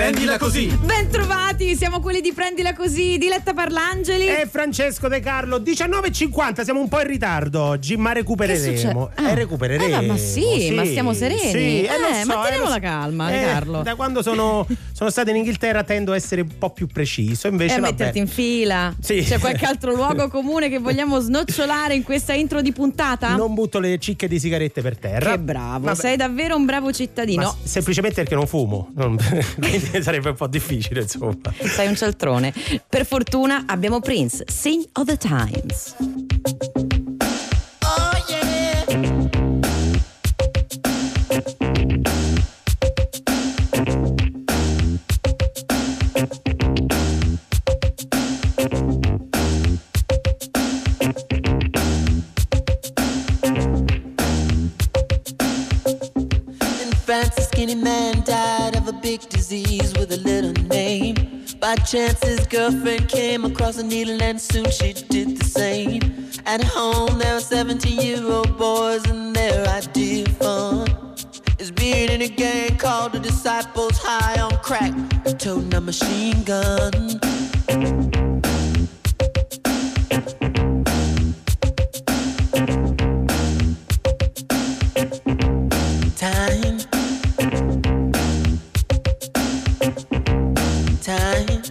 Prendila così. Ben trovati, siamo quelli di Prendila così, Diletta Parlangeli e Francesco De Carlo. 19:50, siamo un po' in ritardo oggi, ma recupereremo. Recupereremo. Ma sì, ma stiamo sereni. Sì, ma teniamo la calma, De Carlo. Da quando sono stato in Inghilterra tendo a essere un po' più preciso. Invece metterti in fila. Sì. C'è qualche altro luogo comune che vogliamo snocciolare in questa intro di puntata? Non butto le cicche di sigarette per terra. Che bravo, sei davvero un bravo cittadino. Ma semplicemente perché non fumo. Quindi sarebbe un po' difficile, insomma. Sei un cialtrone. Per fortuna abbiamo Prince, Sign of the Times. Oh yeah. In France, a skinny man died of a big disease with a little name. By chance his girlfriend came across a needle and soon she did the same. At home there were 17-year-old boys and their idea of fun is being in a gang called the Disciples, high on crack, toting a machine gun. Times.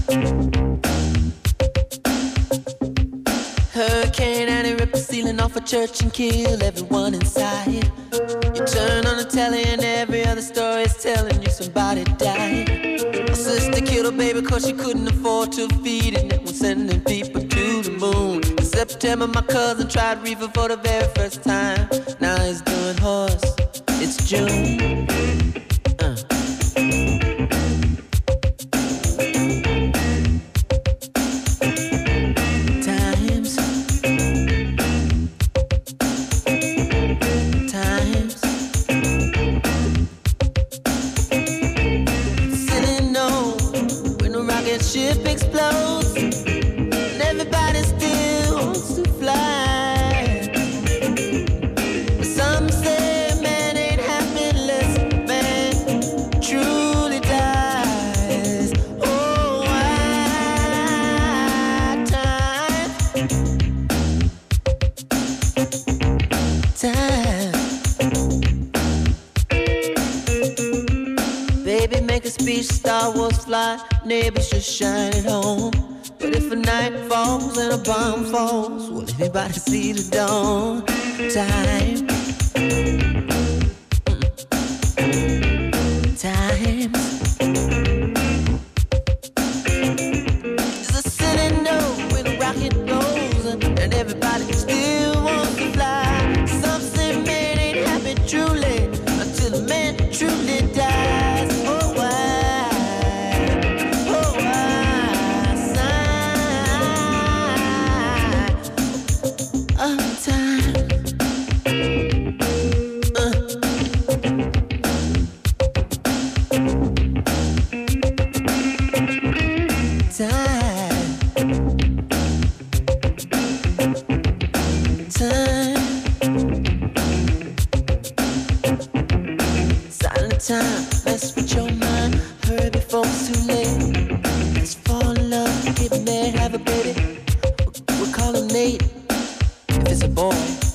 Hurricane Annie ripped the ceiling off a church and killed everyone inside. You turn on the telly and every other story is telling you somebody died. My sister killed her baby cause she couldn't afford to feed it, and was sending people to the moon. In September my cousin tried reefer for the very first time. Now he's doing horse. It's June. Ship explodes and everybody still wants to fly. But some say man ain't happy unless man truly dies. Oh, time. Baby, make a speech, Star Wars fly, neighbors just shine at home. But if a night falls and a bomb falls, will anybody see the dawn? Time. Time. There's a city note where the rocket goes and everybody still wants to fly. Some say man ain't happy truly until the man truly dies. Oh, why? Oh, why? Sign of time. Time, mess with your mind. Hurry before it's too late. Let's fall in love, get married, have a baby. We'll call him Nate if it's a boy.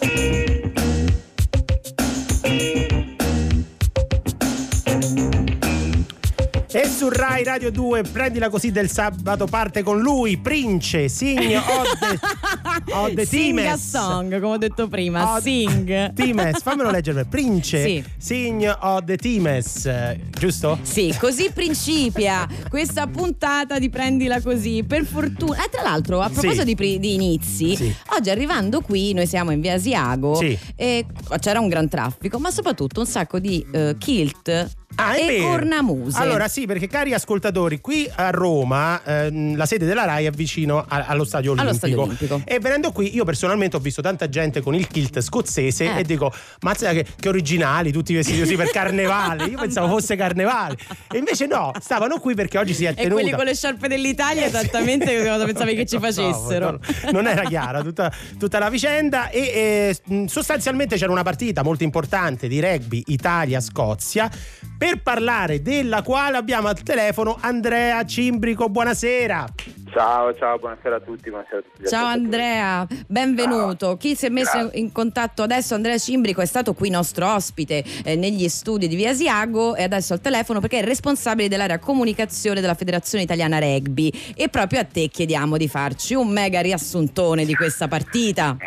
E su Rai Radio 2 Prendila così del sabato parte con lui Prince, Sing of the Sing Times. a song, come ho detto prima. Sing Times, fammelo leggere. Prince, sì. Sing of the Times, giusto? Sì, così principia questa puntata di Prendila così. Per fortuna. Tra l'altro, a proposito di inizi, sì. Oggi arrivando qui, noi siamo in via Asiago, sì. E c'era un gran traffico, ma soprattutto un sacco di kilt e vero. cornamuse. Allora sì, perché cari ascoltatori, qui a Roma la sede della Rai è vicino allo Stadio Olimpico. E venendo qui io personalmente ho visto tanta gente con il kilt scozzese e dico mazza che originali, tutti vestiti così per carnevale. Io pensavo fosse carnevale e invece no, stavano qui perché oggi si è tenuta. E quelli con le sciarpe dell'Italia esattamente cosa pensavi che ci facessero. Non era chiara tutta la vicenda e sostanzialmente c'era una partita molto importante di rugby Italia-Scozia. per parlare della quale abbiamo al telefono Andrea Cimbrico. Buonasera. Ciao, buonasera a tutti. Ciao Andrea, benvenuto. Ciao. Chi si è messo in contatto adesso? Andrea Cimbrico è stato qui nostro ospite negli studi di Via Asiago e adesso al telefono perché è responsabile dell'area comunicazione della Federazione Italiana Rugby, e proprio a te chiediamo di farci un mega riassuntone di questa partita.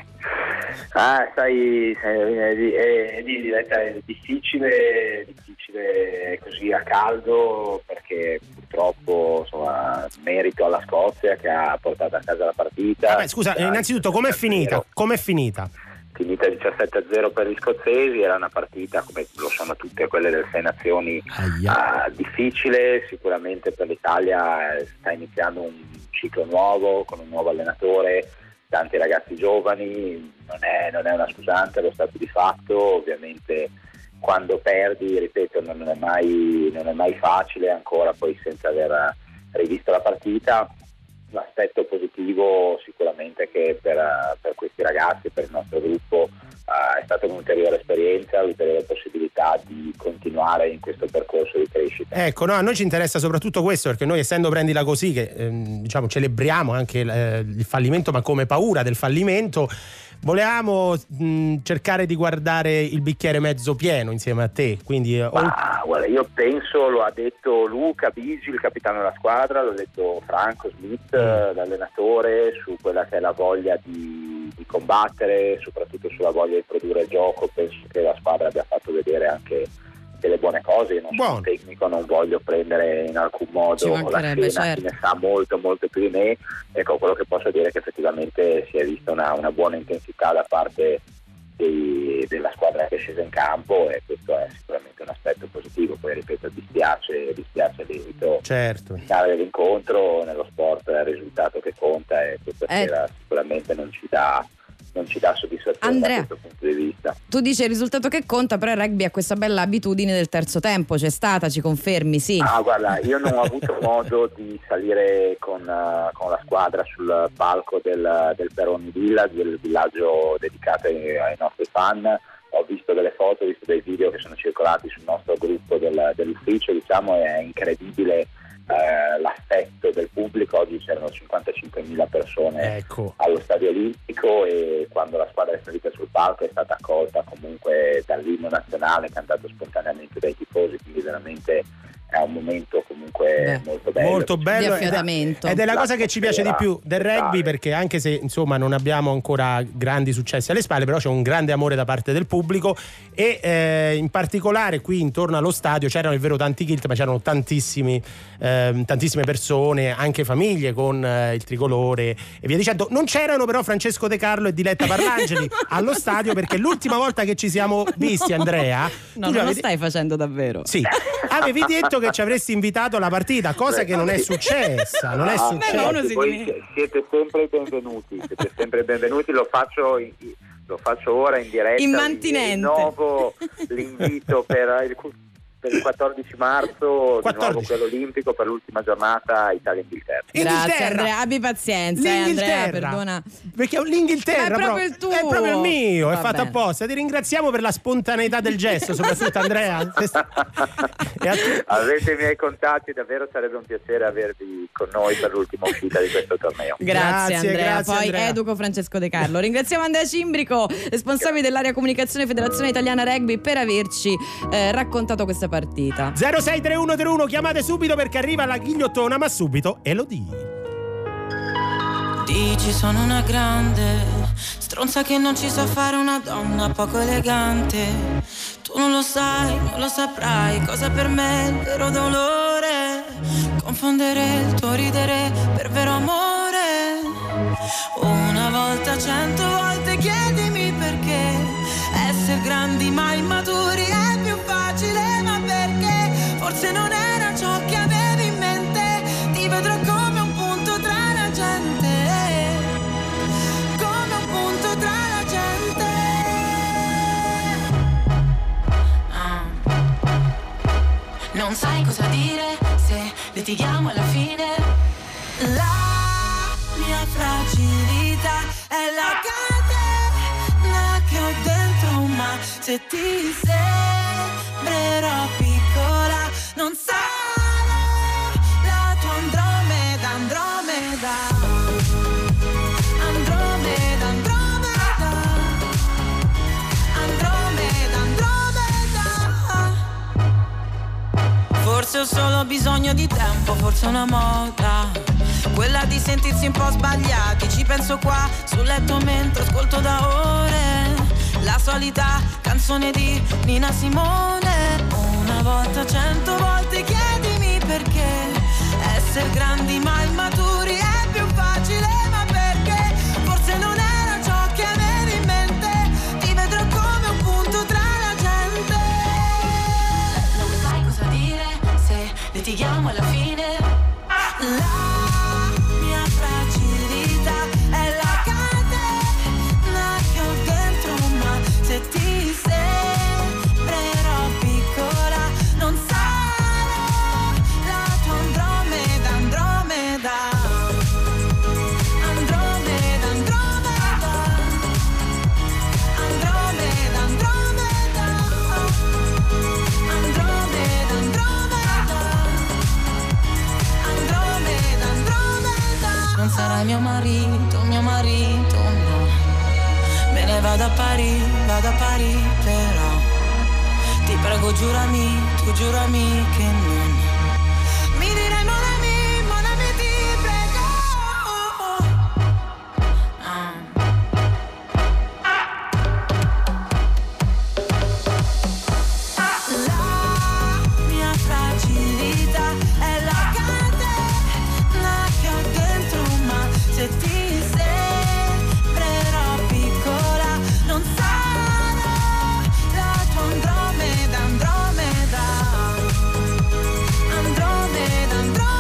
Sai, è difficile così a caldo, perché purtroppo insomma merito alla Scozia che ha portato a casa la partita. Scusa, innanzitutto com'è finita? Finita 17-0 per gli scozzesi. Era una partita, come lo sono tutte quelle delle 6 nazioni, difficile. Sicuramente per l'Italia sta iniziando un ciclo nuovo con un nuovo allenatore, tanti ragazzi giovani, non è una scusante lo stato di fatto. Ovviamente quando perdi, ripeto, non è mai facile, ancora poi senza aver rivisto la partita. L'aspetto positivo sicuramente è che per questi ragazzi, per il nostro gruppo, è stata un'ulteriore esperienza, un'ulteriore possibilità di continuare in questo percorso di crescita. Ecco, no, a noi ci interessa soprattutto questo, perché noi, essendo Prendila Così, che celebriamo anche il fallimento, ma come paura del fallimento, volevamo cercare di guardare il bicchiere mezzo pieno insieme a te. Quindi guarda, io penso, lo ha detto Luca Bigi, il capitano della squadra, l'ha detto Franco Smith, l'allenatore, su quella che è la voglia di combattere, soprattutto sulla voglia di produrre gioco. Penso che la squadra abbia fatto vedere anche delle buone cose. Io non sono un tecnico, non voglio prendere in alcun modo la scena, certo. Chi ne sa molto più di me. Ecco, quello che posso dire è che effettivamente si è vista una buona intensità da parte della squadra che è scesa in campo, e questo è sicuramente un aspetto positivo. Poi ripeto, dispiace l'esito finale dell'incontro. Nello sport è il risultato che conta, e questa sera sicuramente non ci dà soddisfazione. Andrea, da questo punto di vista. Tu dici il risultato che conta, però il rugby ha questa bella abitudine del terzo tempo, c'è stata, ci confermi? Sì. Guarda, io non ho avuto modo di salire con la squadra sul palco del Peroni Village, del villaggio dedicato ai nostri fan. Ho visto delle foto, ho visto dei video che sono circolati sul nostro gruppo dell'ufficio. Diciamo, è incredibile l'affetto del pubblico. Oggi c'erano 55.000 persone allo Stadio Olimpico, e quando la squadra è salita sul palco è stata accolta comunque dall'inno nazionale, cantato spontaneamente dai tifosi, quindi veramente è un momento comunque molto bello di affiatamento. Ed è la cosa che ci piace di più del rugby, perché anche se insomma non abbiamo ancora grandi successi alle spalle, però c'è un grande amore da parte del pubblico, e in particolare qui intorno allo stadio c'erano, è vero, tanti kilt, ma c'erano tantissime persone, anche famiglie con il tricolore e via dicendo. Non c'erano però Francesco De Carlo e Diletta Parlangeli allo stadio, perché l'ultima volta che ci siamo visti, Andrea, non lo stai facendo davvero? Sì, avevi detto che ci avresti invitato alla partita, cosa che non è successa. Voi siete sempre benvenuti, lo faccio ora in diretta. Immantinente. Rinnovo l'invito per il 14 marzo, di nuovo quello olimpico, per l'ultima giornata Italia-Inghilterra. Grazie Andrea, abbi pazienza. Andrea, perdona. Perché l'Inghilterra è proprio il tuo. È proprio il mio, è fatto apposta. Ti ringraziamo per la spontaneità del gesto, soprattutto Andrea. Avete i miei contatti, davvero sarebbe un piacere avervi con noi per l'ultima uscita di questo torneo. Grazie Andrea. Poi Andrea. Educo Francesco De Carlo. Ringraziamo Andrea Cimbrico, responsabile dell'area comunicazione Federazione Italiana Rugby, per averci raccontato questa partita. 063131, chiamate subito perché arriva la ghigliottona, ma subito Elodie. Dici sono una grande stronza che non ci sa fare una donna poco elegante. Tu non lo sai, non lo saprai cosa per me è il vero dolore. Confondere il tuo ridere per vero amore. Una volta, 100 volte chiedimi perché essere grandi ma immaturi è più facile, ma perché forse non era ciò che avevi in mente. Ti vedrò come un punto tra la gente, come un punto tra la gente. Non sai cosa dire se litighiamo alla fine. La mia fragilità è la catena che ho dentro, ma se ti sembrerò piccola Forse ho solo bisogno di tempo, forse è una moda, quella di sentirsi un po' sbagliati. Ci penso qua sul letto mentre ascolto da ore la solita canzone di Nina Simone. Una volta, 100 volte chiedimi perché essere grandi ma immaturi è più facile, ma perché forse non era ciò che avevi in mente. Ti vedrò come un punto tra la gente. Non sai cosa dire se litighiamo alla fine. La mia fragilità è la catena che ho dentro, ma se ti sembrerò piccola non sarò la tua Andromeda, Andromeda, Andromeda, Andromeda, Andromeda, Andromeda, Andromeda, Andromeda, Andromeda. Non sarai mio marito, no. Me ne vado a Parigi, però ti prego giurami, tu giurami che non mi dirai mon ami, ti prego. La mia fragilità è la catena che ho dentro, ma se ti sembrerò piccola non sarò la tua Andromeda, Andromeda, Andromeda,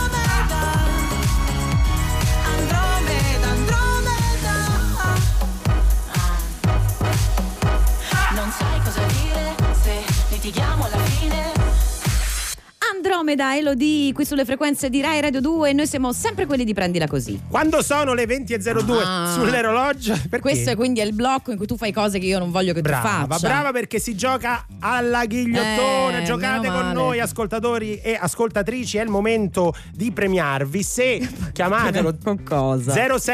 Andromeda, Andromeda, Andromeda. Non sai cosa dire se litighiamo alla fine. Andromeda, Elodie, qui sulle frequenze di Rai Radio 2 e noi siamo sempre quelli di Prendila Così. Quando sono le 20:02 sull'orologio, perché? Questo quindi è il blocco in cui tu fai cose che io non voglio che tu faccia. Brava, perché si gioca alla ghigliottona. Giocate con noi, ascoltatori e ascoltatrici, è il momento di premiarvi. Se chiamatelo con cosa?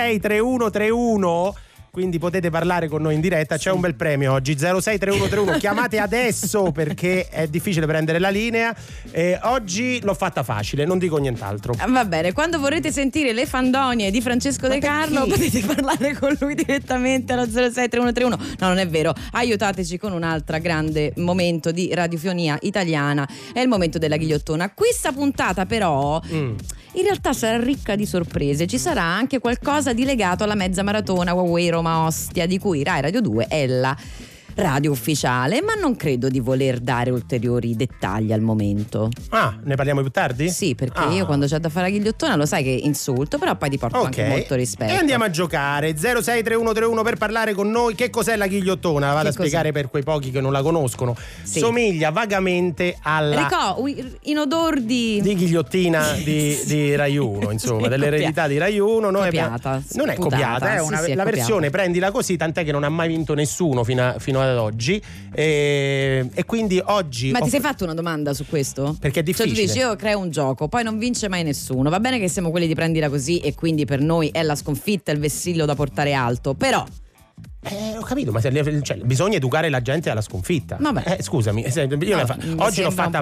063131, quindi potete parlare con noi in diretta. C'è un bel premio oggi, 063131. Chiamate adesso perché è difficile prendere la linea. Oggi l'ho fatta facile, non dico nient'altro. Va bene, quando vorrete sentire le fandonie di Francesco De Carlo potete parlare con lui direttamente allo 063131. No, non è vero, aiutateci con un'altra grande momento di radiofonia italiana. È il momento della ghigliottona. Questa puntata però in realtà sarà ricca di sorprese. Ci sarà anche qualcosa di legato alla mezza maratona Huawei Roma Ostia, di cui Rai Radio 2 è la radio ufficiale, ma non credo di voler dare ulteriori dettagli al momento. Ne parliamo più tardi? Sì, perché io quando c'è da fare la ghigliottona lo sai che insulto, però poi ti porto anche molto rispetto. E andiamo a giocare. 063131 per parlare con noi. Che cos'è la ghigliottona? Vado a spiegare per quei pochi che non la conoscono. Sì. Somiglia vagamente alla in odor di ghigliottina di Rai 1, insomma, dell'eredità di Rai 1. Non è copiata, è la versione Prendila Così, tant'è che non ha mai vinto nessuno fino ad oggi, e quindi oggi. Ma ti sei fatto una domanda su questo? Perché è difficile. Cioè tu dici io creo un gioco, poi non vince mai nessuno. Va bene che siamo quelli di Prendila Così e quindi per noi è la sconfitta, il vessillo da portare alto, però ho capito, ma bisogna educare la gente alla sconfitta. Vabbè. Scusami, oggi l'ho fatta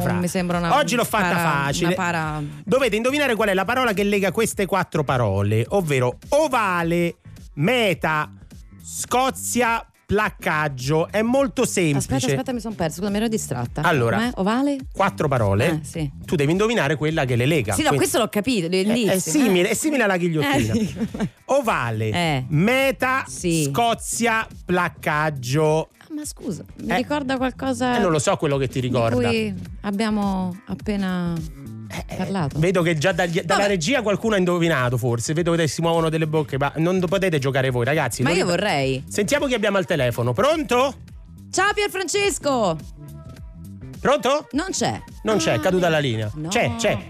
facile. Dovete indovinare qual è la parola che lega queste quattro parole, ovvero ovale, meta, Scozia, placcaggio. È molto semplice. Aspetta, mi sono perso, mi ero distratta. Allora, ovale? Quattro parole. Sì. Tu devi indovinare quella che le lega. Sì, no, questo l'ho capito. È simile alla ghigliottina. Ovale, meta, Scozia, placcaggio. Ma scusa, mi ricorda qualcosa? Non lo so quello che ti ricorda. Di cui abbiamo appena parlato. Vedo che già dalla regia qualcuno ha indovinato, forse. Vedo che si muovono delle bocche, ma non potete giocare voi, ragazzi. Ma io vorrei. Sentiamo chi abbiamo al telefono. Pronto? Ciao Pierfrancesco. Pronto? Non c'è. Non c'è, è caduta la linea. No. C'è.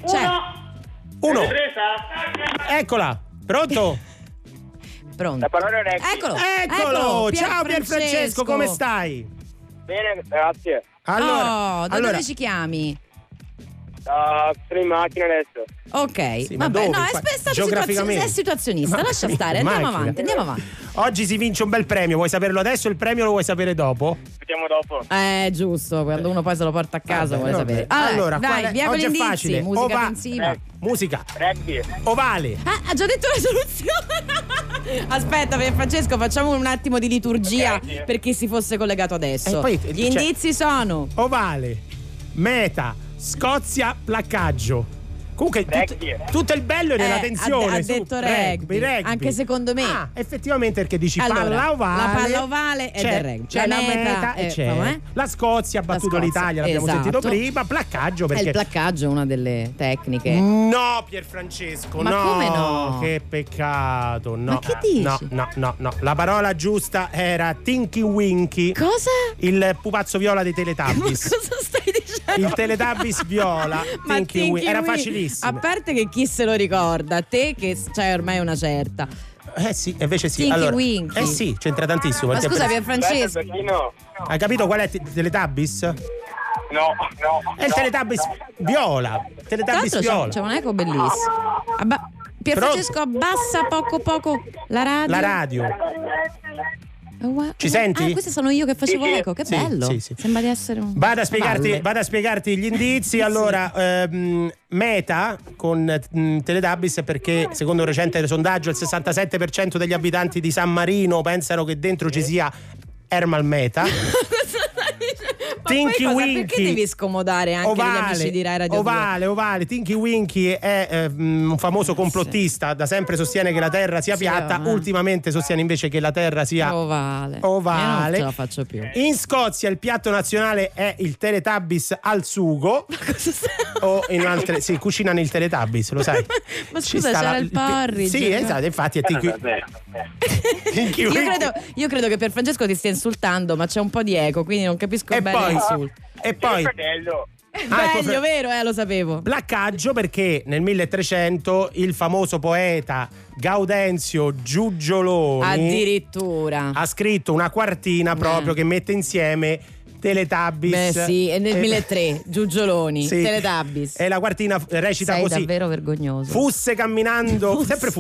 Uno. Eccola. Pronto? Pronto. La parola è Eccolo. Ciao Pierfrancesco, come stai? Bene, grazie. Da dove ci chiami? Sono in macchina adesso. Ok, sì, vabbè, no, è stato geograficamente è situazionista, lascia stare, andiamo avanti. Oggi si vince un bel premio, vuoi saperlo adesso il premio o lo vuoi sapere dopo? Vediamo dopo. Giusto, quando uno poi se lo porta a casa vuole sapere. Allora, dai, via con gli indizi, facile. musica pensiva. Musica. Rugby. Ovale. Ha già detto la soluzione. Aspetta, Francesco, facciamo un attimo di liturgia per chi si fosse collegato adesso. Poi, gli indizi sono ovale, meta, Scozia, placcaggio. Comunque tutto il bello è nella tensione. Ha detto rugby, anche secondo me. Effettivamente, perché dici allora, palla ovale. La palla ovale è del rugby. C'è la meta e c'è. La Scozia ha battuto l'Italia, l'abbiamo sentito prima. Placcaggio perché. Il placcaggio è una delle tecniche. No, Pierfrancesco, ma come no? Che peccato, no. Ma che dici? No. La parola giusta era Tinky Winky. Cosa? Il pupazzo viola dei Teletubbies. Ma cosa stai dicendo? Il Teletubbies viola. Tinky Winky. Era facilissimo. A parte che chi se lo ricorda, te che c'hai ormai una certa. Sì, invece sì. Tinky allora, Winky. Sì, c'entra tantissimo. Ma scusa, Pierfrancesco. Hai capito qual è Teletubbies? No. È il Teletubbies viola. Teletubbies viola. C'è un eco bellissimo. Pierfrancesco, abbassa poco la radio. La radio. Ci senti? Queste sono io che facevo eco, che bello. Sì. Sembra di essere un. Vado a spiegarti gli indizi. Allora, meta con Teletubbies perché secondo un recente sondaggio il 67% degli abitanti di San Marino pensano che dentro ci sia Ermal Meta. Tinky Winky, perché devi scomodare anche gli amici di Rai Radio 2? Ovale. Tinky Winky è un famoso complottista, da sempre sostiene che la Terra sia piatta, ultimamente sostiene invece che la Terra sia ovale. Io non ce la faccio più. In Scozia il piatto nazionale è il Teletubbies al sugo. O in altre cucinano il Teletubbies, lo sai. Ma scusa, c'era il porridge. Sì, esatto, infatti è Tinky Winky. Io credo che Pierfrancesco ti stia insultando, ma c'è un po' di eco, quindi non capisco bene l'insulto. E poi meglio, vero? Lo sapevo. Placcaggio perché nel 1300 il famoso poeta Gaudenzio Giugioloni addirittura ha scritto una quartina proprio che mette insieme Teletubbies. E nel 1003 Giugioloni, Teletubbies. E la quartina recita Sei così: davvero vergognoso. Fusse camminando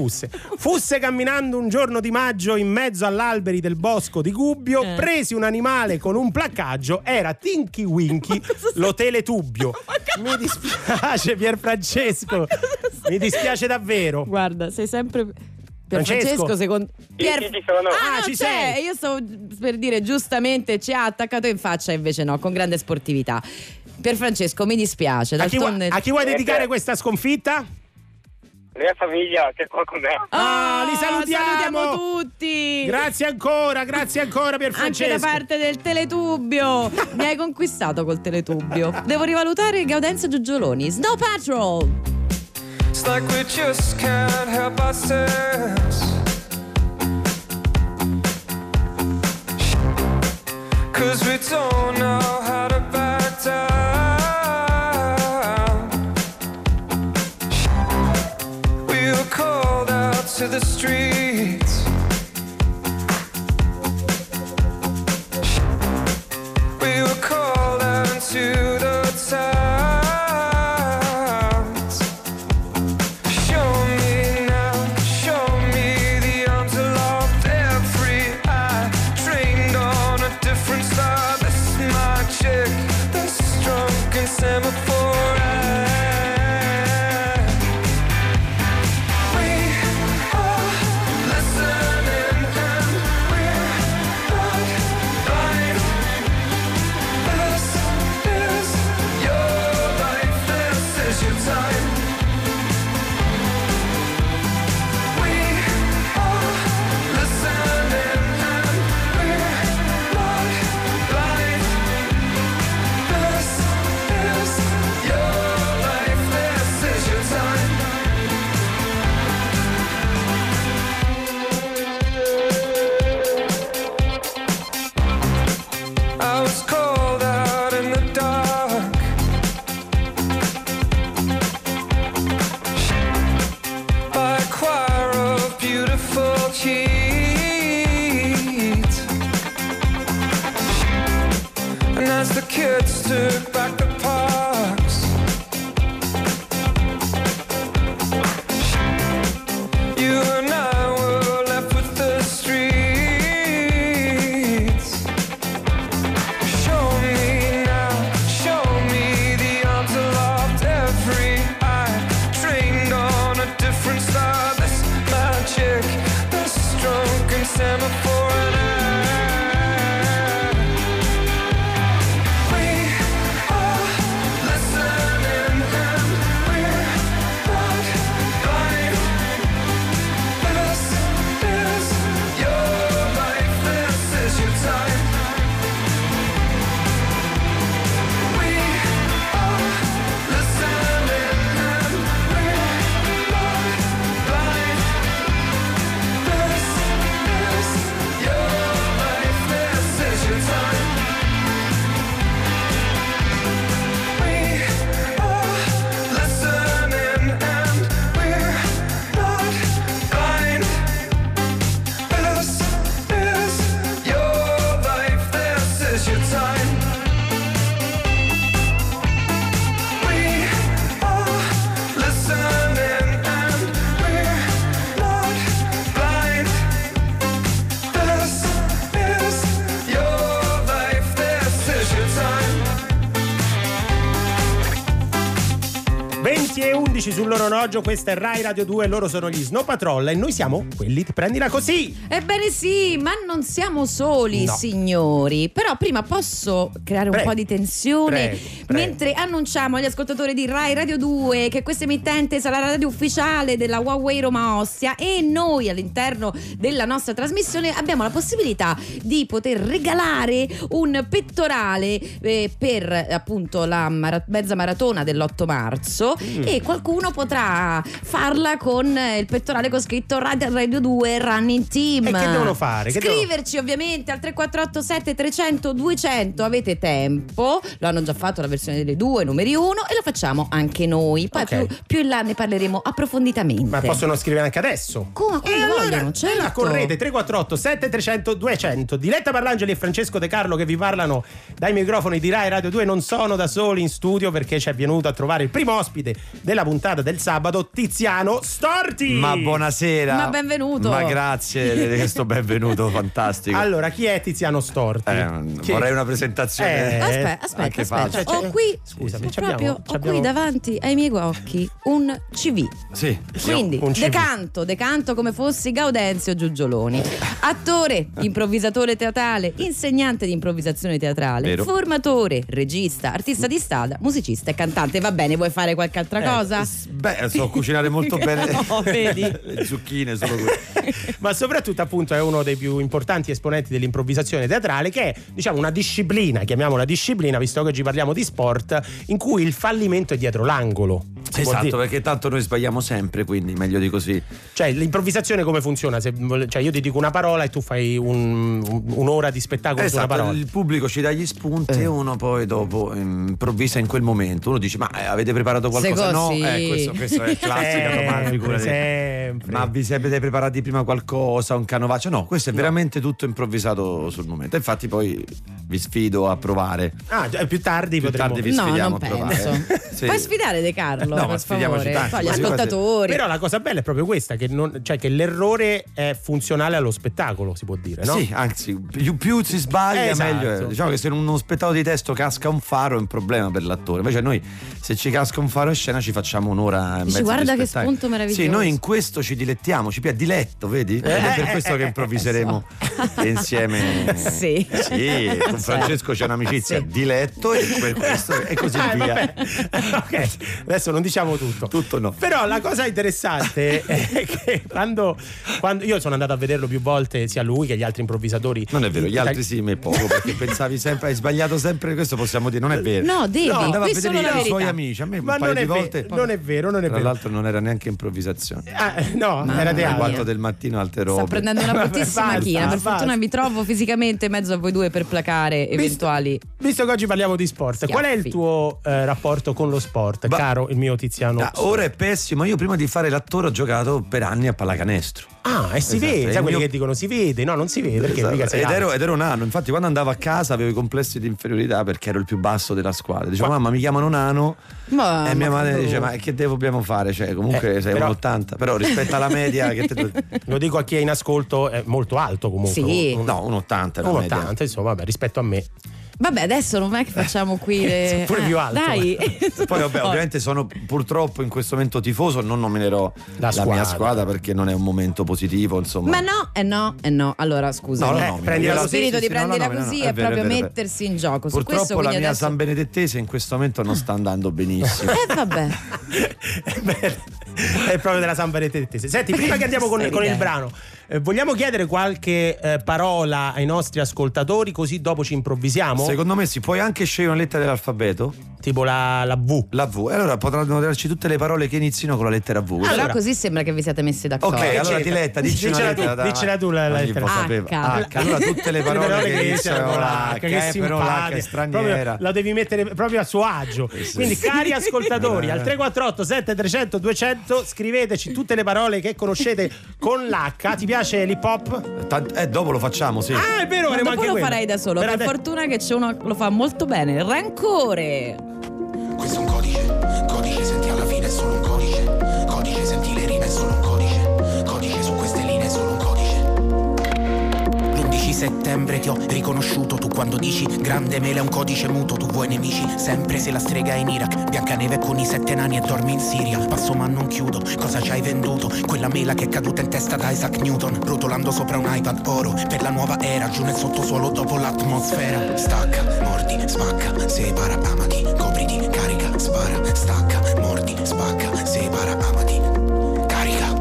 un giorno di maggio in mezzo all'alberi del bosco di Gubbio, presi un animale con un placcaggio, era Tinky Winky, lo Teletubbio. Mi dispiace Pierfrancesco, mi dispiace davvero. Guarda, sei sempre Francesco, secondo ci sei. Io stavo per dire, giustamente ci ha attaccato in faccia, invece no, con grande sportività. Pierfrancesco, mi dispiace. A chi vuoi dedicare questa sconfitta? La mia famiglia che è qua con me. Li salutiamo tutti. Grazie ancora Pierfrancesco. Anche da parte del Teletubbio. Mi hai conquistato col Teletubbio. Devo rivalutare Gaudenzio Giugioloni. Snow Patrol. It's like we just can't help ourselves, 'cause we don't know how to back down. We were called out to the streets, we were called out into the town. 20:11 sull'orologio, questa è Rai Radio 2, loro sono gli Snow Patrol e noi siamo quelli Prendila Così. Ebbene sì, ma non siamo soli, no, signori. Però prima posso creare un po' di tensione mentre annunciamo agli ascoltatori di Rai Radio 2 che questa emittente sarà la radio ufficiale della Huawei Roma Ostia e noi all'interno della nostra trasmissione abbiamo la possibilità di poter regalare un pettorale per appunto la mezza maratona dell'8 marzo e qualcuno potrà farla con il pettorale con scritto Radio 2 Running Team. E che devono fare? Scriverci ovviamente al 3487 300 200, avete tempo, lo hanno già fatto la versione delle 2 numeri 1 e lo facciamo anche noi, poi più in là ne parleremo approfonditamente. Ma possono scrivere anche adesso? Come vogliono, certo. Correte 348 7300 200. Diletta Parlangeli e Francesco De Carlo che vi parlano dai microfoni di Rai Radio 2 non sono da soli in studio perché ci è venuto a trovare il primo ospite della puntata del sabato, Tiziano Storti. Ma buonasera. Ma benvenuto. Ma grazie di questo benvenuto fantastico. Allora, chi è Tiziano Storti? Vorrei una presentazione. Aspetta. Ho qui, scusami, proprio ho qui davanti ai miei occhi un CV. Sì. Quindi decanto come fossi Gaudenzio Giugioloni. Attore, improvvisatore teatrale, insegnante di improvvisazione teatrale, vero, formatore, regista, artista di strada, musicista e cantante. Va bene, vuoi fare qualche altra cosa? Beh, so cucinare molto bene. No, vedi? Le zucchine sono quelle. Ma soprattutto appunto è uno dei più importanti esponenti dell'improvvisazione teatrale, che è, diciamo, una disciplina, chiamiamola disciplina visto che oggi parliamo di sport, in cui il fallimento è dietro l'angolo. Esatto, perché tanto noi sbagliamo sempre, quindi meglio di così. Cioè, l'improvvisazione come funziona? Cioè, io ti dico una parola e tu fai un'ora di spettacolo su una parola. Il pubblico ci dà gli spunti e uno poi dopo improvvisa in quel momento. Uno dice: ma avete preparato qualcosa? No, questo è il classico domanda, figurati. Ma vi siete preparati prima qualcosa, un canovaccio? No, questo è veramente tutto improvvisato sul momento. Infatti poi vi sfido a provare. Più tardi vi sfidiamo a provare. Sì. Puoi sfidare De Carlo, no, per favore. Poi gli ascoltatori. Però la cosa bella è proprio questa, che l'errore è funzionale allo spettacolo, si può dire, no? Sì, anzi, più si sbaglia, esatto, meglio è. Diciamo che se in uno spettacolo di testo casca un faro è un problema per l'attore. Invece noi, se ci casca un faro in scena, ci facciamo un'ora e mezza. Guarda di che spunto meraviglioso. Sì, noi in questo ci dilettiamo, ci piace diletto, vedi? Ed è per questo che improvviseremo insieme. Sì, con Francesco c'è un'amicizia, diletto, e per questo e così via. Ok, adesso non diciamo tutto no. Però la cosa interessante è che quando io sono andato a vederlo più volte, sia lui che gli altri improvvisatori. Non è vero, gli altri sì, me poco, perché pensavi sempre hai sbagliato sempre, questo possiamo dire, non è vero. No, devi. Andava a vedere i suoi amici, a me un paio di volte. Non è vero. Tra l'altro non era neanche improvvisazione. Era teatro. 4 del mattino alte robe. Sta prendendo una bruttissima macchina. Per fortuna vi trovo fisicamente in mezzo a voi due per placare eventuali. Visto che oggi parliamo di sport, qual è il tuo rapporto con lo sport, caro il mio Tiziano? Ora è pessimo. Io prima di fare l'attore ho giocato per anni a pallacanestro. E si vede, sai quelli che dicono si vede? No, non si vede perché mica sei ed ero nano. Infatti quando andavo a casa avevo i complessi di inferiorità perché ero il più basso della squadra. Dicevo: mamma, mi chiamano nano. E mia madre dice: ma che dobbiamo fare? Cioè, comunque sei un 80, però rispetto alla media lo dico a chi è in ascolto, è molto alto comunque. Sì. No, un 80 è la media. 80, insomma, vabbè, rispetto a me. Vabbè, adesso non è che facciamo qui le... pure più alto. Dai. Poi ovviamente sono purtroppo in questo momento tifoso, non nominerò la mia squadra perché non è un momento positivo, insomma. Ma no. Allora, scusa. Lo spirito di prendila così è proprio mettersi in gioco. Purtroppo la mia San Benedettese in questo momento non sta andando benissimo. Vabbè. È proprio della San Benedettese. Senti, prima che andiamo con il brano, vogliamo chiedere qualche parola ai nostri ascoltatori, così dopo ci improvvisiamo? Secondo me si puoi anche scegliere una lettera dell'alfabeto, tipo la V. La V. E allora potranno darci tutte le parole che inizino con la lettera V. Allora così sembra che vi siate messi d'accordo. Ok, allora Diletta, dicela tu la lettera H. Allora tutte le parole che iniziano con l'H, che però l'H è straniera. La devi mettere proprio a suo agio. Quindi cari ascoltatori, al 348 7300 200 scriveteci tutte le parole che conoscete con l'H. Ti piace l'hip hop? Dopo lo facciamo, sì. È vero, ma dopo lo farei da solo. Per fortuna che c'è uno che lo fa molto bene. Rancore. Questo è un codice, senti alla fine è solo un codice, senti le rime è solo un codice su queste linee è solo un codice. settembre ti ho riconosciuto. Tu quando dici grande mele è un codice muto. Tu vuoi nemici sempre se la strega è in Iraq. Biancaneve con i 7 nani e dormi in Siria. Passo ma non chiudo, cosa ci hai venduto? Quella mela che è caduta in testa da Isaac Newton, rotolando sopra un iPad oro per la nuova era, giù nel sottosuolo dopo l'atmosfera. Stacca, mordi, spacca, separa, amati, copriti, carica, spara. Stacca, mordi, spacca, separa, amati, carica.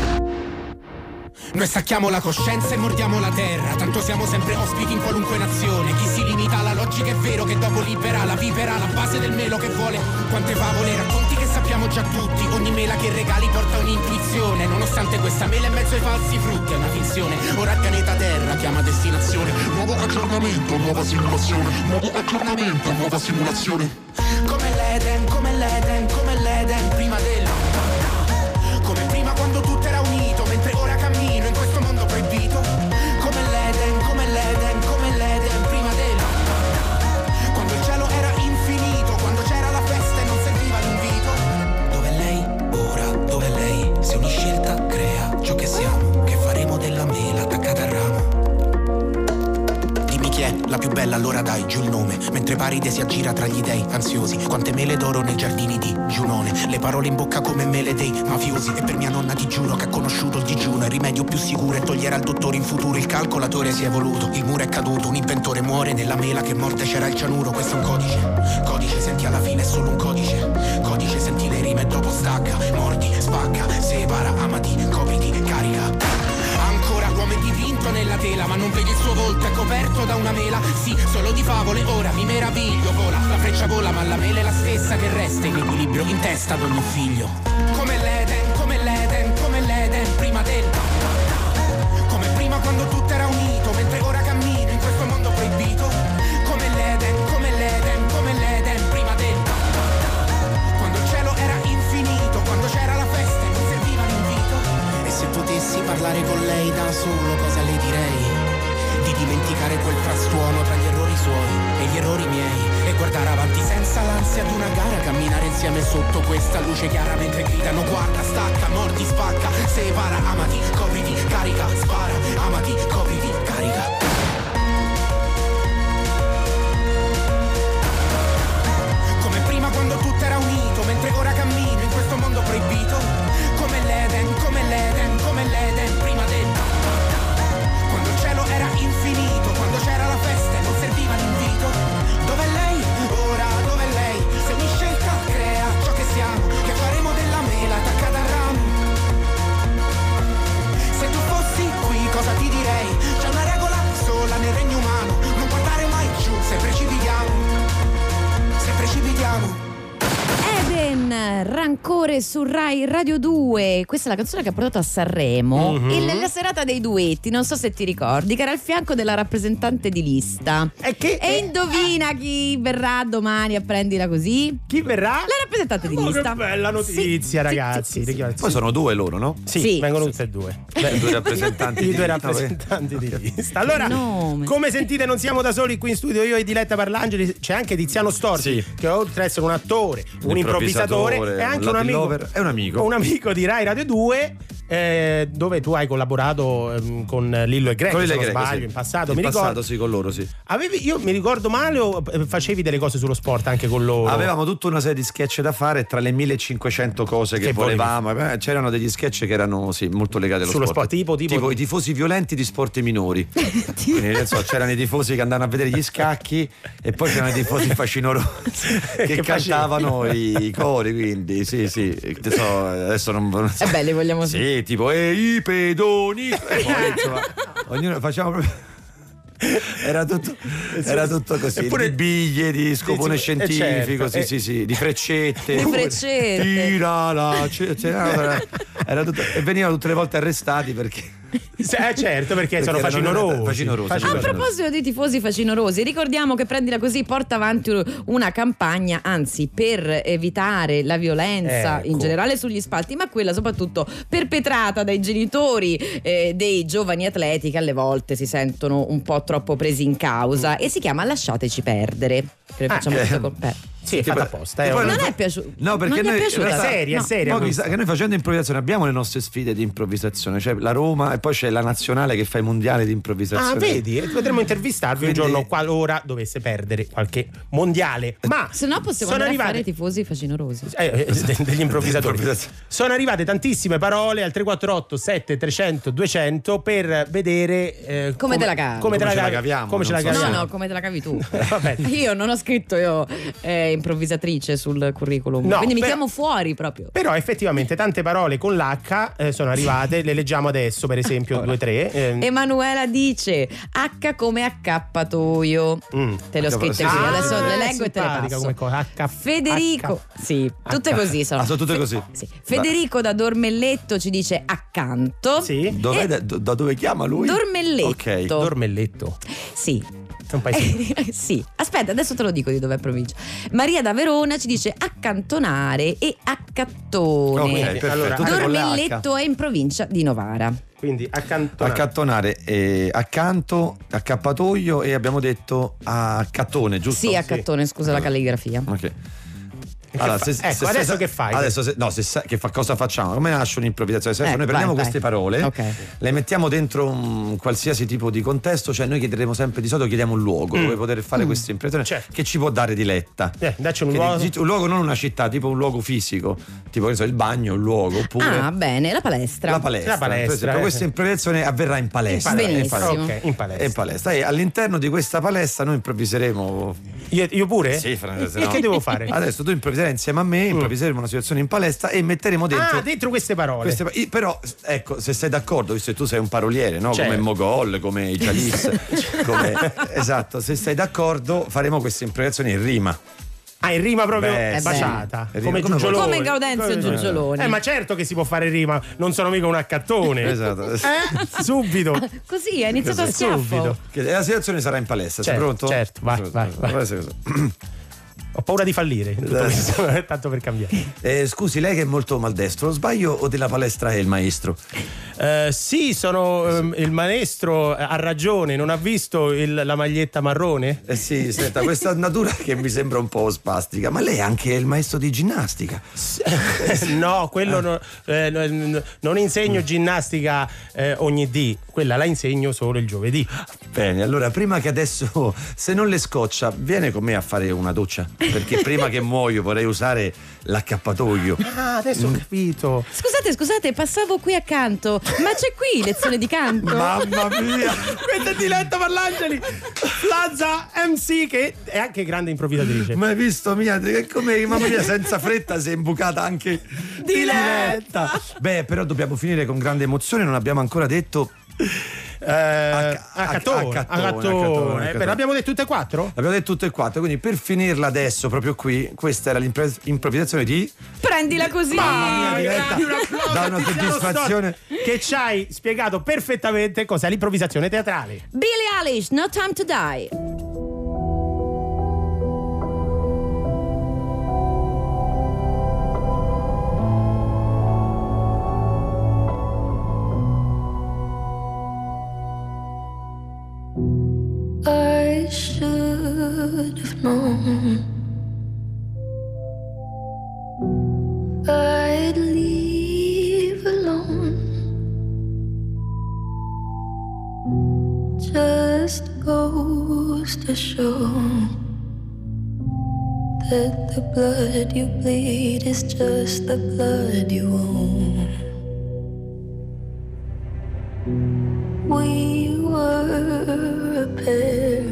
Noi stacchiamo la coscienza e mordiamo la terra, tanto siamo sempre ospiti in qualunque nazione. Chi si limita alla logica è vero che dopo libera la vipera, la base del melo che vuole. Quante favole, racconti che sappiamo già tutti. Ogni mela che regali porta un'intuizione. Nonostante questa mela in mezzo ai falsi frutti è una finzione. Ora il pianeta Terra chiama destinazione. Nuovo aggiornamento, nuova simulazione. Nuovo aggiornamento, nuova simulazione. Come l'Eden, come l'Eden, come l'Eden prima del... Come prima quando tutto era unito, mentre ora cammino in questo mondo proibito. Come l'Eden, come l'Eden, come l'Eden prima del... Quando il cielo era infinito, quando c'era la festa e non serviva l'invito. Dove è lei? Ora, dove è lei? Se ogni scelta crea ciò che siamo, che faremo della mela attaccata al ramo. Dimmi chi è la più bella, allora dai giù il nome. Mentre Paride si aggira tra gli dei ansiosi. Quante mele d'oro nei giardini di Giunone. Le parole in bocca come mele dei mafiosi. E per mia nonna ti giuro che ha conosciuto il digiuno. Il rimedio più sicuro è togliere al dottore in futuro. Il calcolatore si è evoluto, il muro è caduto. Un inventore muore, nella mela che morte c'era il cianuro. Questo è un codice, codice senti alla fine è solo un codice. Codice senti le rime e dopo stacca. Mordi, spacca, separa, amati, copriti, carica. Ancora l'uomo è dipinto nella tela, ma non vedi il suo volto, è coperto da una mela. Sì, solo di favole, ora mi meraviglio. Vola, la freccia vola, ma la mela è la stessa che resta in equilibrio in testa ad ogni figlio. Come l'Eden, come l'Eden, come l'Eden prima del... Come prima quando tutto era unito, mentre ora cammino in questo mondo proibito. Come l'Eden, come l'Eden, come l'Eden prima del... Quando il cielo era infinito, quando c'era la festa e non serviva l'invito. E se potessi parlare con lei da solo, cosa le direi? Di dimenticare quel frastuono tra gli errori suoi e gli errori miei. E guardare avanti senza l'ansia di una gara. Camminare insieme sotto questa luce chiara mentre gridano guarda, stacca, mordi, spacca, separa, amati, copriti, carica, spara, amati, copriti, carica. Come prima quando tutto era unito, mentre ora cammino in questo mondo proibito. Come l'Eden, come l'Eden, come l'Eden prima del... Quando il cielo era infinito, quando c'era la festa e non serviva l'invito. Dove è lei? Ora dove è lei? Se ogni scelta crea ciò che siamo, che faremo della mela attaccata al ramo. Se tu fossi qui cosa ti direi? C'è una regola sola nel regno umano, non guardare mai giù se precipitiamo. Se precipitiamo. Eden, Rancore su Rai Radio 2. Questa è la canzone che ha portato a Sanremo la serata dei duetti. Non so se ti ricordi, che era al fianco della rappresentante di lista. E indovina chi verrà domani a Prendila Così? Chi verrà? La rappresentante di lista. Che bella notizia, ragazzi. Sì. Poi sono due loro, no? Sì, vengono tutte e due. I due rappresentanti I due rappresentanti di lista. Allora, come sentite non siamo da soli qui in studio, io e Diletta Parlangeli. C'è anche Tiziano Storti, che oltre ad essere un attore, un improvvisatore, è anche un amico di Rai Radio 2, dove tu hai collaborato con Lillo e Greco, se non sbaglio, in passato. Sì, con loro, sì. Io mi ricordo male o facevi delle cose sullo sport anche con loro? Avevamo tutta una serie di sketch da fare, tra le 1500 cose che volevamo. C'erano degli sketch che erano molto legati allo sullo sport. Tipo i tifosi violenti di sport minori. Quindi c'erano i tifosi che andavano a vedere gli scacchi e poi c'erano i tifosi fascinorossi che cantavano i cori, quindi sì. Adesso non so. Li vogliamo sì, tipo i pedoni. Poi, insomma, ognuno facciamo proprio. Era tutto così. Eppure, di biglie di scopone scientifico, sì, di freccette. Tirala, era tutto, e venivano tutte le volte arrestati perché. Certo, perché sono facinorosi. A proposito di tifosi facinorosi, ricordiamo che Prendila Così porta avanti una campagna, anzi, per evitare la violenza in generale sugli spalti, ma quella soprattutto perpetrata dai genitori dei giovani atleti che alle volte si sentono un po' troppo presi in causa, e si chiama Lasciateci perdere. Sì, è fatta apposta. Non è piaciuto. No, perché non noi è piaciuta. È seria. Che noi facendo improvvisazione abbiamo le nostre sfide di improvvisazione, cioè la Roma poi c'è la nazionale che fa i mondiali di improvvisazione. Ah, vedi? Potremmo intervistarvi un giorno qualora dovesse perdere qualche mondiale. Ma se no possiamo andare a fare i tifosi facinorosi degli improvvisatori. Sono arrivate tantissime parole al 348 7300 200 per vedere come te la cavi. Come te la caviamo. Come ce la caviamo. No, come te la cavi tu. Io non ho scritto improvvisatrice sul curriculum, quindi mi chiamo fuori proprio. Però effettivamente tante parole con l'H sono arrivate, le leggiamo adesso, per esempio 2-3. Emanuela dice H come accappatoio. Te le ho scritte qui, adesso le leggo e te le passo. Come cosa. Federico, sì, tutte così sono. Sono tutte così. Sì. Federico da Dormelletto ci dice accanto. Sì. Da dove chiama lui? Dormelletto. Ok. Dormelletto. Sì. Un paesino. Sì, aspetta, adesso te lo dico di dov'è provincia. Maria da Verona ci dice accantonare e accattone. Ok, perfetto. Allora, Dormelletto è in provincia di Novara. Quindi accantonare, accanto, accappatoio e abbiamo detto accattone, giusto? Sì, accattone, scusa la calligrafia. Ok. Allora, adesso che fai? Adesso cosa facciamo? Come nasce un'improvvisazione? Noi prendiamo queste parole, le mettiamo dentro un qualsiasi tipo di contesto, cioè noi chiederemo sempre, di solito chiediamo un luogo dove poter fare questa improvvisazione, che ci può dare diletta. Dacci un luogo, non una città, tipo un luogo fisico, tipo il bagno, un luogo, oppure bene, la palestra. La palestra. Per esempio, questa improvvisazione avverrà in palestra. Benissimo. In palestra. E all'interno di questa palestra noi improvviseremo. Io pure? Sì, e che devo fare? Adesso tu improvviserai insieme a me, improvviseremo una situazione in palestra e metteremo dentro queste parole. Però ecco, se sei d'accordo, visto che tu sei un paroliere, no? Come Mogol, come i Jalis, esatto, se sei d'accordo faremo queste improvvisazioni in rima. In rima proprio baciata. Come Giugiolone. Come Gaudenzio Giugiolone. Ma certo che si può fare rima, non sono mica un accattone. Esatto. Subito. Così è iniziato a schiaffo. La situazione sarà in palestra, sei pronto? Certo, vai. Ho paura di fallire, tanto per cambiare. Scusi, lei che è molto maldestro, sbaglio o della palestra è il maestro? Sì, sono il maestro, ha ragione, non ha visto la maglietta marrone? Sì, senta, questa natura che mi sembra un po' spastica, ma lei è anche il maestro di ginnastica. No, quello non insegno ginnastica ogni dì, quella la insegno solo il giovedì. Bene, allora prima che adesso, se non le scoccia, viene con me a fare una doccia, perché prima che muoio vorrei usare l'accappatoio. Adesso ho capito. Scusate, passavo qui accanto, ma c'è qui lezione di canto? Mamma mia! Questa è Diletta Parlangeli, Plaza MC, che è anche grande improvvisatrice. Ma hai visto mia, come mamma mia, senza fretta si è imbucata anche Diletta. Beh, però dobbiamo finire con grande emozione, non abbiamo ancora detto Accattone. L'abbiamo detto tutte e quattro? L'abbiamo detto tutte e quattro, quindi per finirla adesso proprio qui, questa era l'improvvisazione di Prendila così. Mamma mia, da una soddisfazione che ci hai spiegato perfettamente cos'è l'improvvisazione teatrale. Billie Eilish, No Time to Die. I should have known I'd leave alone. Just goes to show that the blood you bleed is just the blood you own. We were a pair,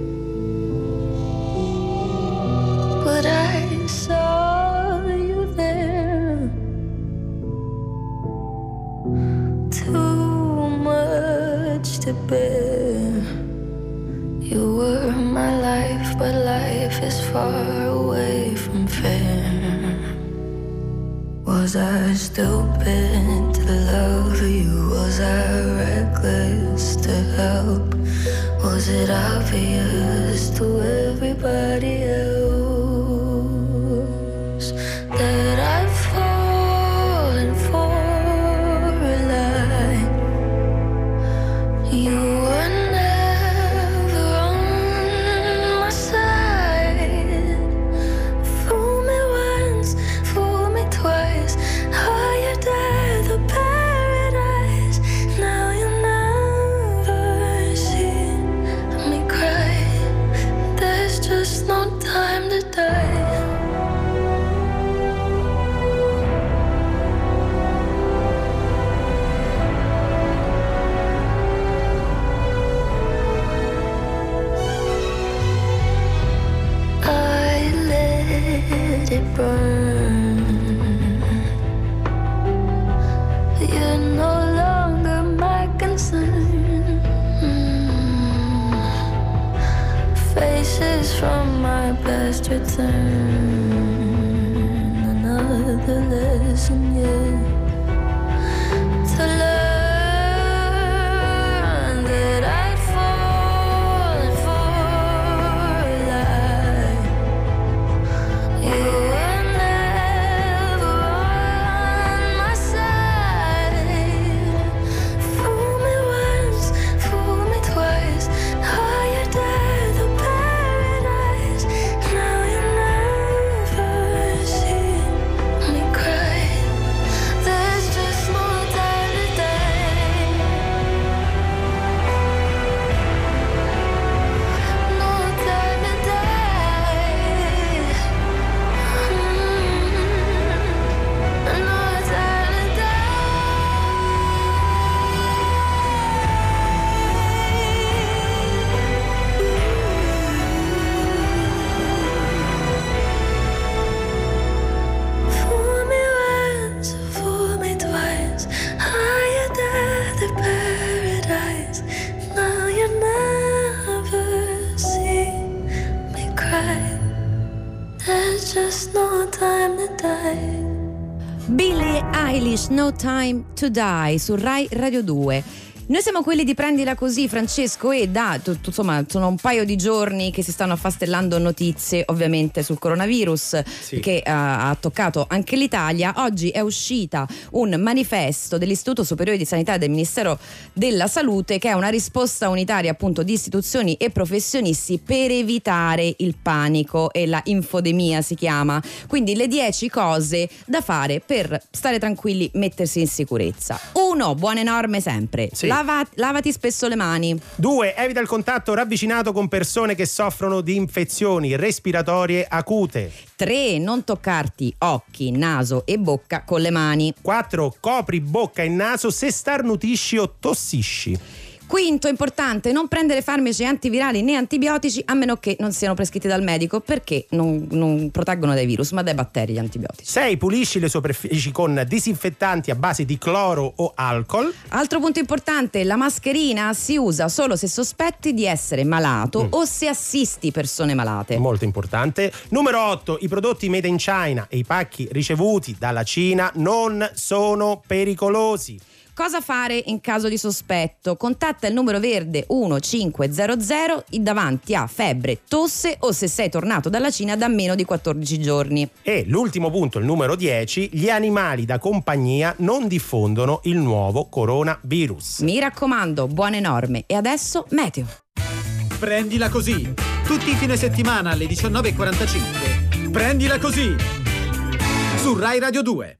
but I saw you there. Too much to bear. You were my life, but life is far away from fair. Was I stupid to love you? Was I reckless to help? Was it obvious to everybody else that I've fallen for a lie? You were never on my side. Fool me once, fool me twice. Are you dead, the paradise? Now you learn another lesson yet. To learn that I'd fallen for a lie. You were never on my side. Fool me once, fool me twice. Higher than the paradise. Now you never see me cry. There's just no time to die. No time to die. No time to Fool me once, fool me twice. Higher than the paradise. Now you never see me cry. There's just no time to die. Billie Eilish, No Time to Die su Rai Radio 2. Noi siamo quelli di Prendila Così, Francesco, e insomma sono un paio di giorni che si stanno affastellando notizie ovviamente sul coronavirus, che ha toccato anche l'Italia. Oggi è uscita un manifesto dell'Istituto Superiore di Sanità e del Ministero della Salute, che è una risposta unitaria appunto di istituzioni e professionisti per evitare il panico e la infodemia, si chiama. Quindi le 10 cose da fare per stare tranquilli, mettersi in sicurezza. 1. Buone norme sempre. Sì. Lavati spesso le mani. 2. Evita il contatto ravvicinato con persone che soffrono di infezioni respiratorie acute. 3. Non toccarti occhi, naso e bocca con le mani. 4. Copri bocca e naso se starnutisci o tossisci. 5. Importante, non prendere farmaci antivirali né antibiotici a meno che non siano prescritti dal medico, perché non proteggono dai virus ma dai batteri gli antibiotici. 6. Pulisci le superfici con disinfettanti a base di cloro o alcol. Altro punto importante, la mascherina si usa solo se sospetti di essere malato o se assisti persone malate. Molto importante. Numero 8. I prodotti made in China e i pacchi ricevuti dalla Cina non sono pericolosi. Cosa fare in caso di sospetto? Contatta il numero verde 1500 davanti a febbre, tosse o se sei tornato dalla Cina da meno di 14 giorni. E l'ultimo punto, il numero 10, gli animali da compagnia non diffondono il nuovo coronavirus. Mi raccomando, buone norme. E adesso meteo. Prendila così, tutti i fine settimana alle 19:45. Prendila così, su Rai Radio 2.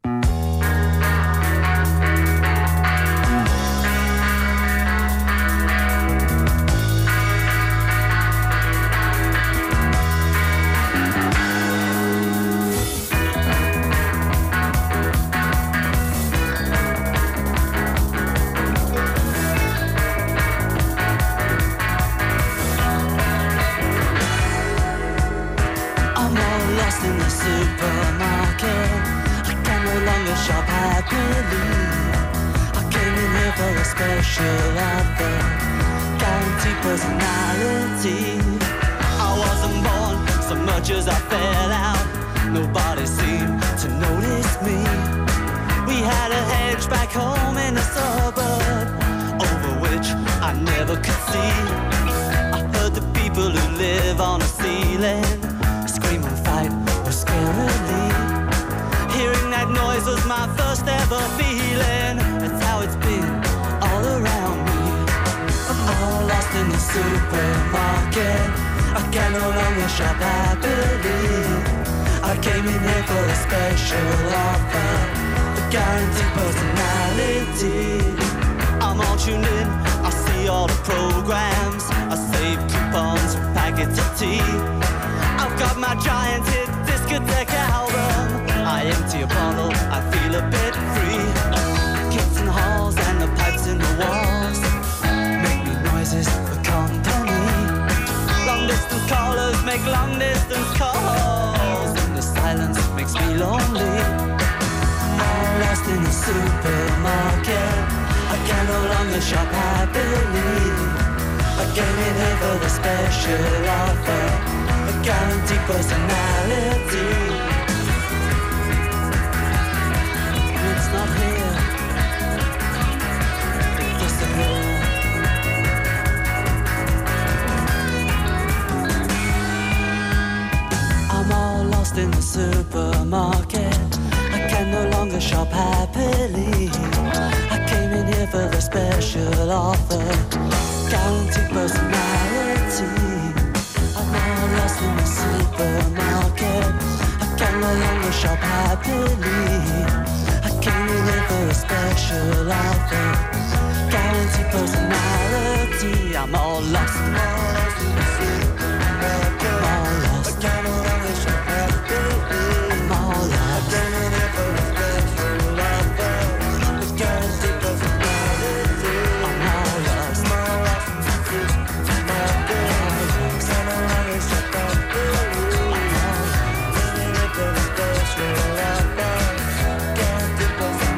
In the supermarket, I can no longer shop happily. I came in here for a special offer, guaranteed personality. I wasn't born so much as I fell out. Nobody seemed to notice me. We had a hedge back home in the suburb, over which I never could see. I heard the people who live on the ceiling scream and fight scarily. Hearing that noise was my first ever feeling. That's how it's been all around me. I'm all lost in the supermarket. I can no longer shop happily. I came in here for a special offer, a guaranteed personality. I'm all tuned in, I see all the programs, I save coupons for packets of tea. I've got my giant hit discotheque album. I empty a bottle, I feel a bit free. Kids in halls and the pipes in the walls make me noises for company. Long distance callers make long distance calls, and the silence makes me lonely. I'm lost in the supermarket. I can no longer shop happily. I came in here for the special offer, a guaranteed personality. It's not here, it disappears. I'm all lost in the supermarket. I can no longer shop happily. I came in here for the special offer, guaranteed personality. I'm all lost in the supermarket. I can no longer shop happily. I came in here for a special offer, guaranteed personality. I'm all lost in the supermarket. I'm all lost. I can no longer shop happily. I'm all lost. I came in here for a special offer, guaranteed personality. I'm all lost. I'm all lost in the supermarket. I can no longer shop happily. I'm all lost. Came in here for a special offer, guaranteed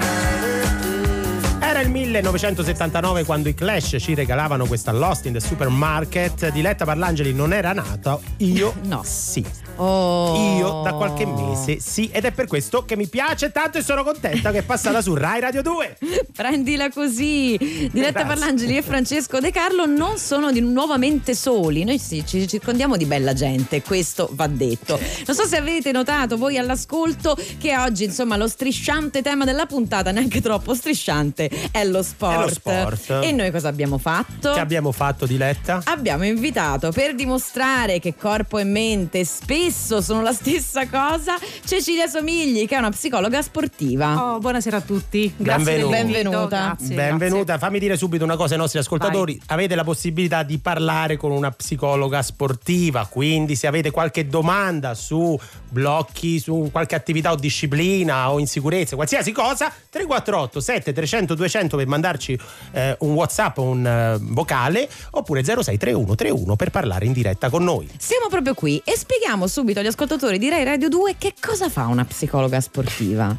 personality. Era il 1979 quando i Clash ci regalavano questa Lost in the Supermarket. Diletta Parlangeli non era nata, io no. Sì. Oh. Io da qualche mese sì, ed è per questo che mi piace tanto e sono contenta che è passata su Rai Radio 2. Prendila così. Diletta Grazie. Parlangeli e Francesco De Carlo non sono nuovamente soli. Noi sì, ci circondiamo di bella gente, questo va detto. Non so se avete notato voi all'ascolto che oggi, insomma, lo strisciante tema della puntata, neanche troppo strisciante, è lo sport. È lo sport. E noi cosa abbiamo fatto? Che abbiamo fatto, Diletta? Abbiamo invitato, per dimostrare che corpo e mente spesso sono la stessa cosa, Cecilia Somigli, che è una psicologa sportiva. Oh, buonasera a tutti. Grazie Benvenuta. Benvenuta. Fammi dire subito una cosa ai nostri ascoltatori. Vai. Avete la possibilità di parlare con una psicologa sportiva, quindi se avete qualche domanda su blocchi, su qualche attività o disciplina o insicurezza, qualsiasi cosa, 348 7300 200 per mandarci un WhatsApp o un vocale, oppure 0631 31 per parlare in diretta con noi. Siamo proprio qui e spieghiamo subito agli ascoltatori di Rai Radio 2 che cosa fa una psicologa sportiva.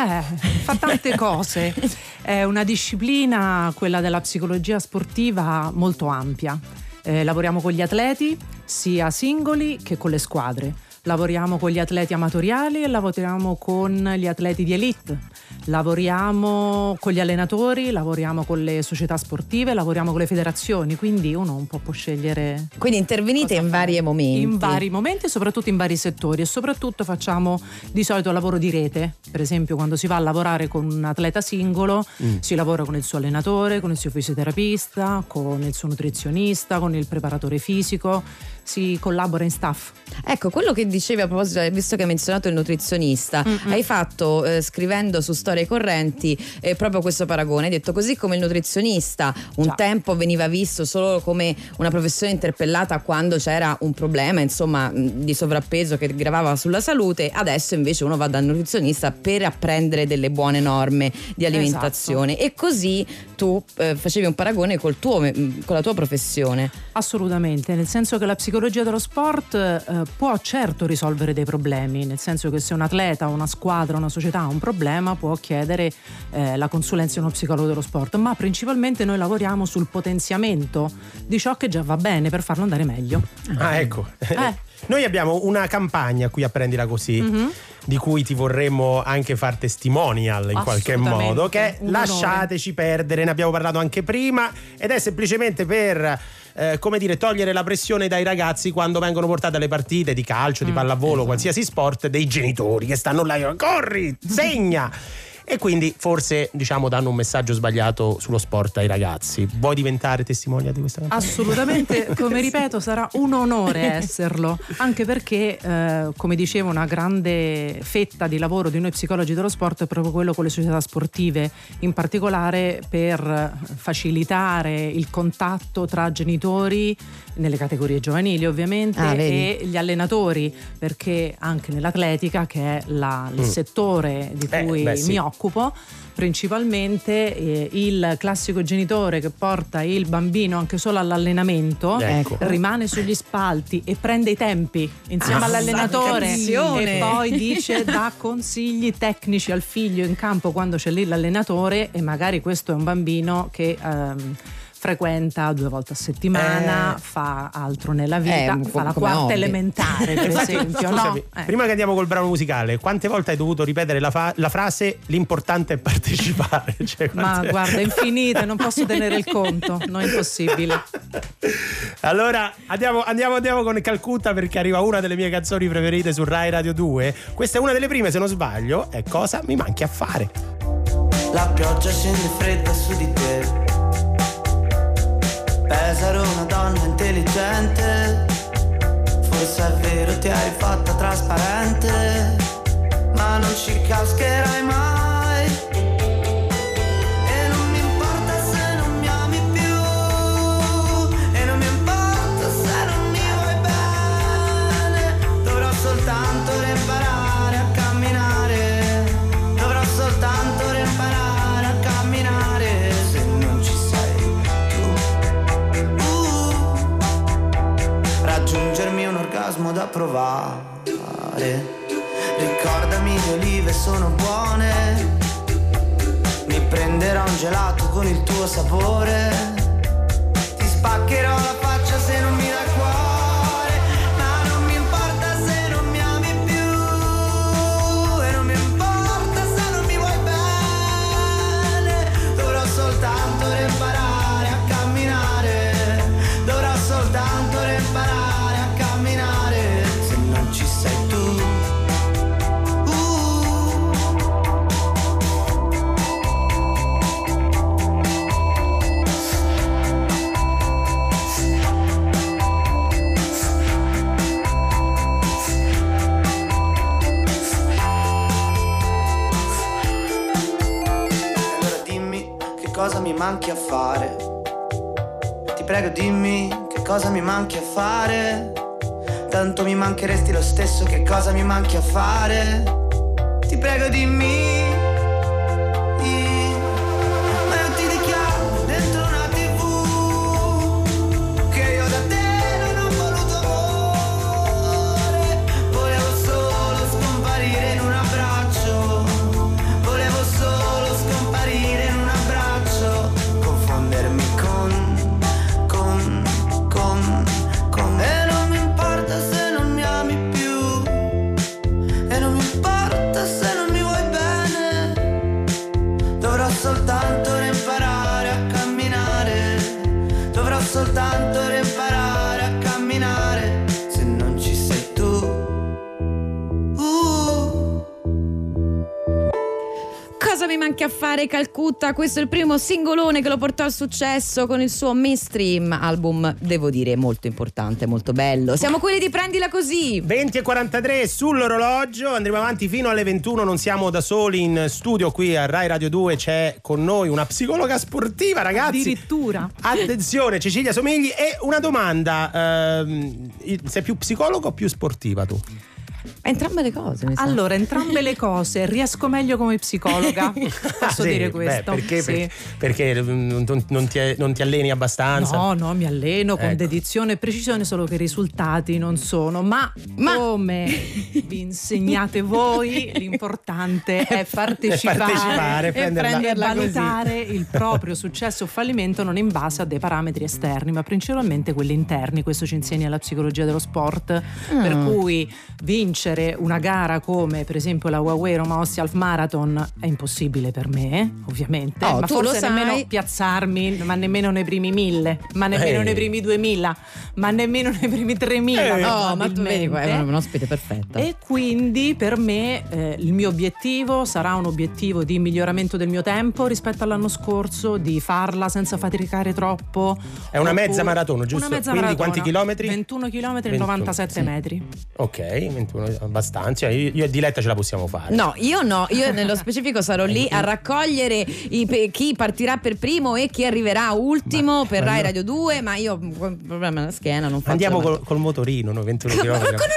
Fa tante cose. È una disciplina, quella della psicologia sportiva, molto ampia. Lavoriamo con gli atleti, sia singoli che con le squadre. Lavoriamo con gli atleti amatoriali e lavoriamo con gli atleti di elite. Lavoriamo con gli allenatori, lavoriamo con le società sportive, lavoriamo con le federazioni, quindi uno un po' può scegliere. Quindi intervenite in vari momenti. In vari momenti e soprattutto in vari settori, e soprattutto facciamo di solito lavoro di rete. Per esempio, quando si va a lavorare con un atleta singolo, si lavora con il suo allenatore, con il suo fisioterapista, con il suo nutrizionista, con il preparatore fisico, si collabora in staff. Ecco, quello che dicevi a proposito, visto che hai menzionato il nutrizionista, hai fatto scrivendo su Storie Correnti proprio questo paragone. Hai detto, così come il nutrizionista un tempo veniva visto solo come una professione interpellata quando c'era un problema, insomma, di sovrappeso che gravava sulla salute, adesso invece uno va dal nutrizionista per apprendere delle buone norme di alimentazione. Esatto. E così tu facevi un paragone con la tua professione. Assolutamente, nel senso che la psicologia dello sport può certo risolvere dei problemi, nel senso che se un atleta, una squadra, una società ha un problema può chiedere la consulenza di uno psicologo dello sport, ma principalmente noi lavoriamo sul potenziamento di ciò che già va bene per farlo andare meglio. Ecco. Noi abbiamo una campagna qui a Prendila Così, di cui ti vorremmo anche far testimonial in qualche modo, che è Lasciateci perdere, ne abbiamo parlato anche prima, ed è semplicemente per togliere la pressione dai ragazzi quando vengono portate alle partite di calcio, di pallavolo, qualsiasi sport, dei genitori che stanno là, corri, segna. E quindi forse danno un messaggio sbagliato sullo sport ai ragazzi. Vuoi diventare testimonial di questa campagna? Assolutamente, come ripeto, sarà un onore esserlo, anche perché come dicevo, una grande fetta di lavoro di noi psicologi dello sport è proprio quello con le società sportive, in particolare per facilitare il contatto tra genitori nelle categorie giovanili ovviamente e gli allenatori, perché anche nell'atletica, che è il settore di cui mi occupo principalmente, il classico genitore che porta il bambino anche solo all'allenamento rimane sugli spalti e prende i tempi insieme all'allenatore e poi dà consigli tecnici al figlio in campo quando c'è lì l'allenatore, e magari questo è un bambino che frequenta 2 volte a settimana, fa altro nella vita, fa la quarta hobby. elementare per esempio. Scusami, prima che andiamo col brano musicale, quante volte hai dovuto ripetere la frase l'importante è partecipare? Cioè, ma guarda, infinite, non posso tenere il conto, no, è impossibile. Allora andiamo con Calcutta, perché arriva una delle mie canzoni preferite su Rai Radio 2. Questa è una delle prime, se non sbaglio, è Cosa mi manchi a fare. La pioggia scende fredda su di te, Pesaro una donna intelligente, forse è vero ti hai fatta trasparente, ma non ci cascherai mai. E non mi importa se non mi ami più, e non mi importa se non mi vuoi bene, dovrò soltanto imparare a camminare, dovrò soltanto imparare a camminare, se non ci sei tu. Raggiungermi un orgasmo da provare. Ricordami le olive sono buone, mi prenderò un gelato con il tuo sapore, ti spaccherò la faccia se non mi dai cuore, ma non mi importa se non mi ami più, e non mi importa se non mi vuoi bene, dovrò soltanto imparare a camminare, dovrò soltanto imparare a camminare, se non ci sei tu. Cosa mi manchi a fare? Ti prego dimmi che cosa mi manchi a fare. Tanto mi mancheresti lo stesso, che cosa mi manchi a fare? Ti prego dimmi. Ma io ti dichiaro dentro una TV che io da te non ho voluto amore, volevo solo scomparire in un abbraccio, volevo solo scomparire in un abbraccio, confondermi con e non mi importa se non mi ami più, e non mi importa se non mi vuoi bene, dovrò soltanto imparare a camminare, dovrò soltanto imparare a camminare, se non ci sei tu. Cosa mi manchi a fare, Calcutta? Questo è il primo singolone che lo portò al successo con il suo Mainstream, album devo dire molto importante, molto bello. Siamo quelli di Prendila Così. 20:43 sull'orologio, andremo avanti fino alle 21, non siamo da soli in studio qui a Rai Radio 2, c'è con noi una psicologa sportiva, ragazzi. Addirittura. Attenzione, Cecilia Somigli, e una domanda, sei più psicologa o più sportiva tu? Entrambe le cose, mi sa. Allora, entrambe le cose. Riesco meglio come psicologa, posso dire questo. Perché, sì. perché non ti alleni abbastanza? No, mi alleno con dedizione e precisione, solo che i risultati non sono. Ma come vi insegnate voi, l'importante è partecipare e valutare il proprio successo o fallimento non in base a dei parametri esterni, ma principalmente quelli interni. Questo ci insegna la psicologia dello sport, per cui vincere una gara come per esempio la Huawei Roma Ostia Half Marathon è impossibile per me, ovviamente, ma forse nemmeno piazzarmi, ma nemmeno nei primi 1000, ma nemmeno nei primi 2000, ma nemmeno nei primi 3000. Ma tu vedi, è un ospite perfetto. E quindi per me il mio obiettivo sarà un obiettivo di miglioramento del mio tempo rispetto all'anno scorso, di farla senza faticare troppo. È una mezza maratona, giusto? Una mezza quindi maratona. Quanti chilometri? 21 chilometri e 97 metri. Ok, 21 abbastanza. Io e Diletta ce la possiamo fare. No, io nello specifico sarò lì a raccogliere chi partirà per primo e chi arriverà ultimo per Rai Radio 2, ma io ho un problema alla schiena, non faccio. Andiamo col motorino, no? 21 km. Ma non le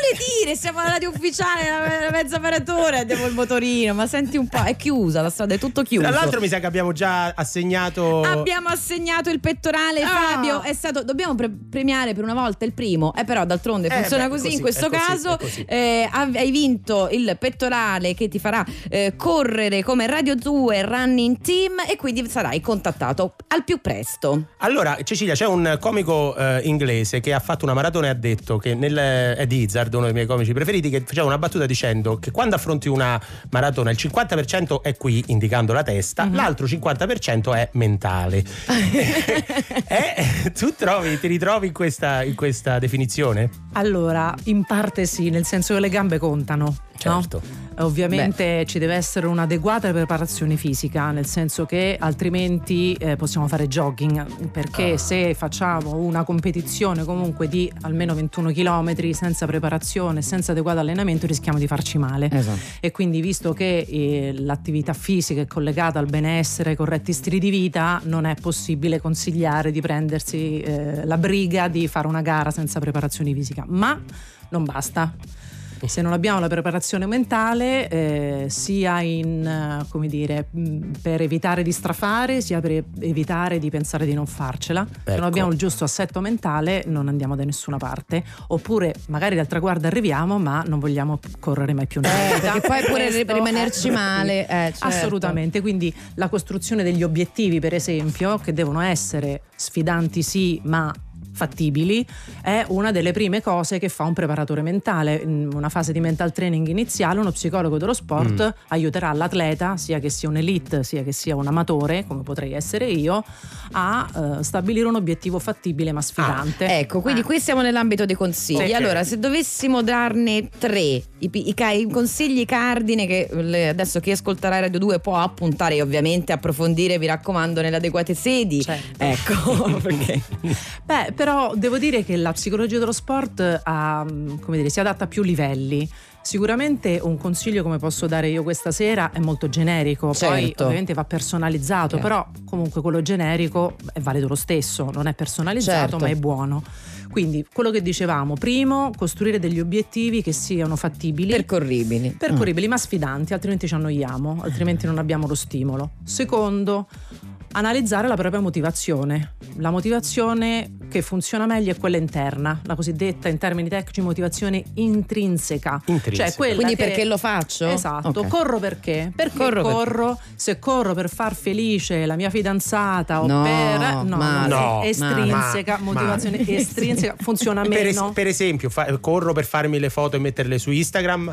dire, siamo alla radio ufficiale, la mezza maratona, andiamo il motorino, ma senti un po', è chiusa la strada, è tutto chiuso. Tra l'altro mi sa che abbiamo già assegnato il pettorale, Fabio, è stato, dobbiamo premiare per una volta il primo, però d'altronde funziona così, in questo caso hai vinto il pettorale che ti farà correre come Radio 2 Running Team e quindi sarai contattato al più presto. Allora Cecilia, c'è un comico inglese che ha fatto una maratona e ha detto che Ed Izzard, uno dei miei comici preferiti, che faceva una battuta dicendo che quando affronti una maratona il 50% è qui, indicando la testa, l'altro 50% è mentale. Tu ti ritrovi in questa definizione? Allora, in parte sì, nel senso che le gambe contano. Certo. No? Ovviamente ci deve essere un'adeguata preparazione fisica, nel senso che altrimenti possiamo fare jogging, perché se facciamo una competizione comunque di almeno 21 km senza preparazione, senza adeguato allenamento, rischiamo di farci male. Esatto. E quindi, visto che l'attività fisica è collegata al benessere, ai corretti stili di vita, non è possibile consigliare di prendersi la briga di fare una gara senza preparazione fisica, ma non basta. Se non abbiamo la preparazione mentale, sia per evitare di strafare, sia per evitare di pensare di non farcela. Se non abbiamo il giusto assetto mentale, non andiamo da nessuna parte. Oppure magari al traguardo arriviamo, ma non vogliamo correre mai più nella vita. Perché poi pure rimanerci male. Certo. Assolutamente. Quindi la costruzione degli obiettivi, per esempio, che devono essere sfidanti sì, ma fattibili, è una delle prime cose che fa un preparatore mentale. In una fase di mental training iniziale, uno psicologo dello sport aiuterà l'atleta, sia che sia un elite sia che sia un amatore, come potrei essere io, a stabilire un obiettivo fattibile ma sfidante. Ecco, quindi qui siamo nell'ambito dei consigli. Sì. Allora, se dovessimo darne 3 i consigli cardine che adesso chi ascolterà Radio 2 può appuntare e ovviamente approfondire, vi raccomando, nelle adeguate sedi. Certo. Ecco, perché però devo dire che la psicologia dello sport si adatta a più livelli. Sicuramente un consiglio come posso dare io questa sera è molto generico, poi ovviamente va personalizzato, però comunque quello generico è valido lo stesso, non è personalizzato ma è buono. Quindi quello che dicevamo, primo, costruire degli obiettivi che siano fattibili, percorribili ma sfidanti, altrimenti ci annoiamo, altrimenti non abbiamo lo stimolo. Secondo, analizzare la propria motivazione. La motivazione che funziona meglio è quella interna, la cosiddetta, in termini tecnici, motivazione intrinseca. Cioè quella quindi perché lo faccio? Esatto. Corro perché? Corro. Se corro per far felice la mia fidanzata estrinseca, motivazione estrinseca, funziona meno. Per esempio, corro per farmi le foto e metterle su Instagram.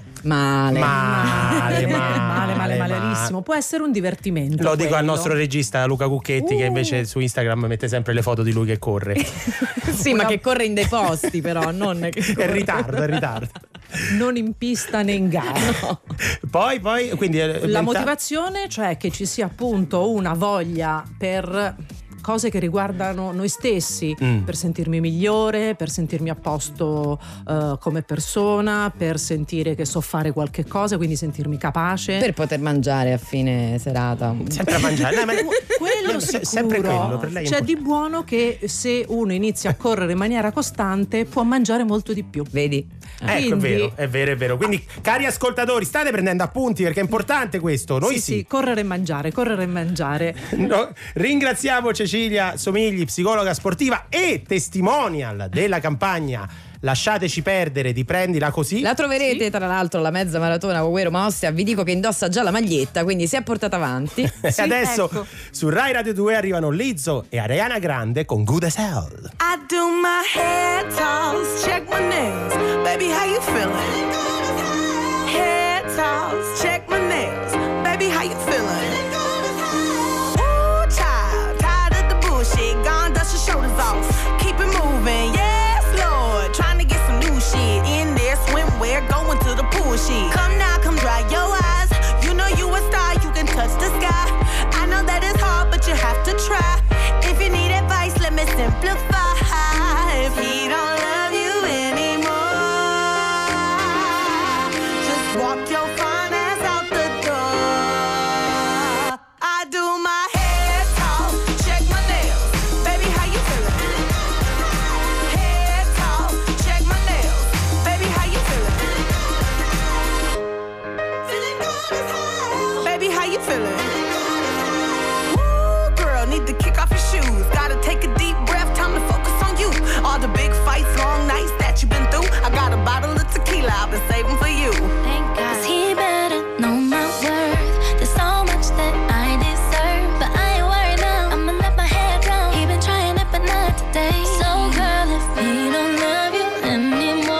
Malissimo. Può essere un divertimento. Lo dico al nostro regista Luca Cucchetti, che invece su Instagram mette sempre le foto di lui che corre. Sì, ma che corre in dei posti, però non che è in ritardo. Non in pista né in gara. No. Poi quindi la motivazione, cioè che ci sia appunto una voglia per cose che riguardano noi stessi, per sentirmi migliore, per sentirmi a posto come persona, per sentire che so fare qualche cosa, quindi sentirmi capace, per poter mangiare a fine serata, sempre a mangiare. Quello sicuro. Sempre quello per lei. C'è di buono che se uno inizia a correre in maniera costante può mangiare molto di più. Vedi? Quindi, è vero. Quindi, cari ascoltatori, state prendendo appunti perché è importante questo. Noi sì. Correre e mangiare. No, ringraziamo Cecilia Somigli, psicologa sportiva e testimonial della campagna Lasciateci perdere di Prendila Così. La troverete tra l'altro la mezza maratona con Guero Mostia. Vi dico che indossa già la maglietta, quindi si è portata avanti. E adesso su Rai Radio 2 arrivano Lizzo e Ariana Grande con Good as Hell. I do my head toss, check my nails, baby how you feeling? Head toss, check my nails, baby how you feeling? Ooh child, tired of the bullshit, gone dust your shoulders off, keep it moving, yes Lord, trying to get some new shit in there, swimwear, going to the pool shit. Come now, come dry your eyes, you know you a star, you can touch the sky. I know that it's hard, but you have to try. If you need advice, let me simplify. If he don't love you anymore, just walk your fine ass out the feeling? Woo, girl, need to kick off your shoes. Gotta take a deep breath, time to focus on you. All the big fights, long nights that you've been through. I got a bottle of tequila I've been saving for you. Thank God. 'Cause he better know my worth. There's so much that I deserve, but I ain't worried now. I'ma let my head down. He been trying it, but not today. So girl, if he don't love you anymore,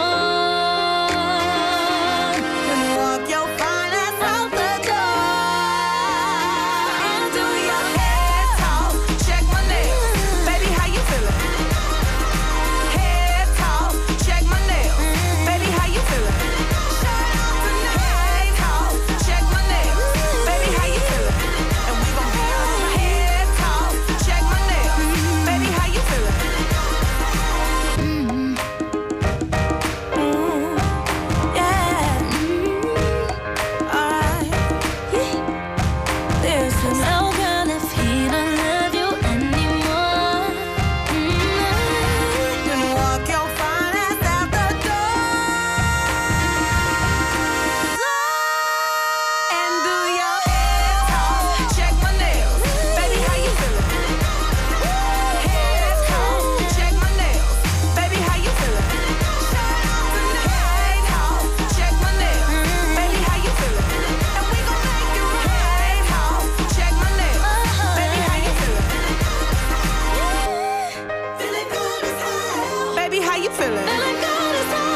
then walk your fine ass out the door and do your head talk. Check my nails, baby, how you feeling? Head talk, check my nails, baby, how you feeling? Head talk, check my nails, baby, how you feeling? And we gon' be on head talk, check my nails, baby, how you feeling? Yeah. Alright. Listen. so girl, if he don't love you anymore, Then walk your fine ass out the door and do your head talk. Check my nails, baby, how you feeling? Head talk, check my nails, baby, how you feeling? Head talk, check my nails, baby, how you feeling? And we gon' make it right. Head talk, check my nails, baby, how you feeling? Feeling good as hell. Baby, how you feeling? feeling good as hell.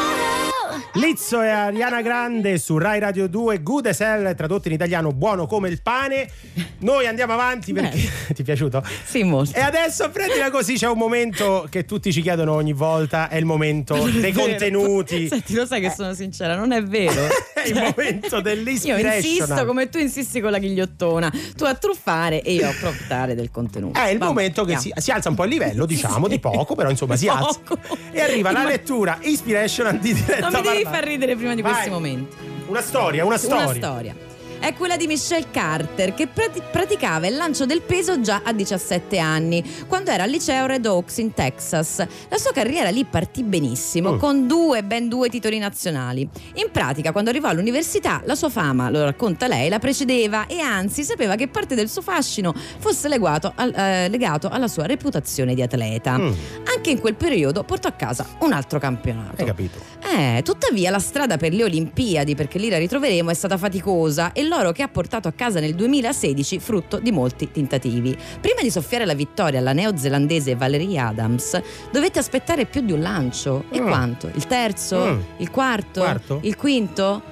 Lizzo e Ariana Grande su Rai Radio 2, Good as Hell, tradotto in italiano buono come il pane. Noi andiamo avanti perché ti è piaciuto? Sì, molto. E adesso prendila così, c'è un momento che tutti ci chiedono ogni volta, è il momento dei contenuti. Senti, lo sai che sono sincera, non è vero. È il momento Io dell'inspiration. insisto come tu insisti con la ghigliottona, tu a truffare e io a approfittare del contenuto. È il Vabbè, momento che andiamo. si alza un po' il livello, diciamo, di poco, però insomma si alza. Poco. E arriva la lettura inspirational di Diletta Non mi devi Barbara. far ridere prima di Vai. questi momenti. Una storia. Una storia. È quella di Michelle Carter, che praticava il lancio del peso già a 17 anni, quando era al liceo Red Oaks in Texas. La sua carriera lì partì benissimo, con ben due titoli nazionali. In pratica, quando arrivò all'università, la sua fama, lo racconta lei, la precedeva e anzi sapeva che parte del suo fascino fosse legato alla sua reputazione di atleta. Anche in quel periodo portò a casa un altro campionato. Hai capito? Tuttavia la strada per le Olimpiadi, perché lì la ritroveremo, è stata faticosa e l'oro che ha portato a casa nel 2016 frutto di molti tentativi. Prima di soffiare la vittoria alla neozelandese Valerie Adams dovette aspettare più di un lancio. E quanto? Il terzo? Il quarto? Il quinto?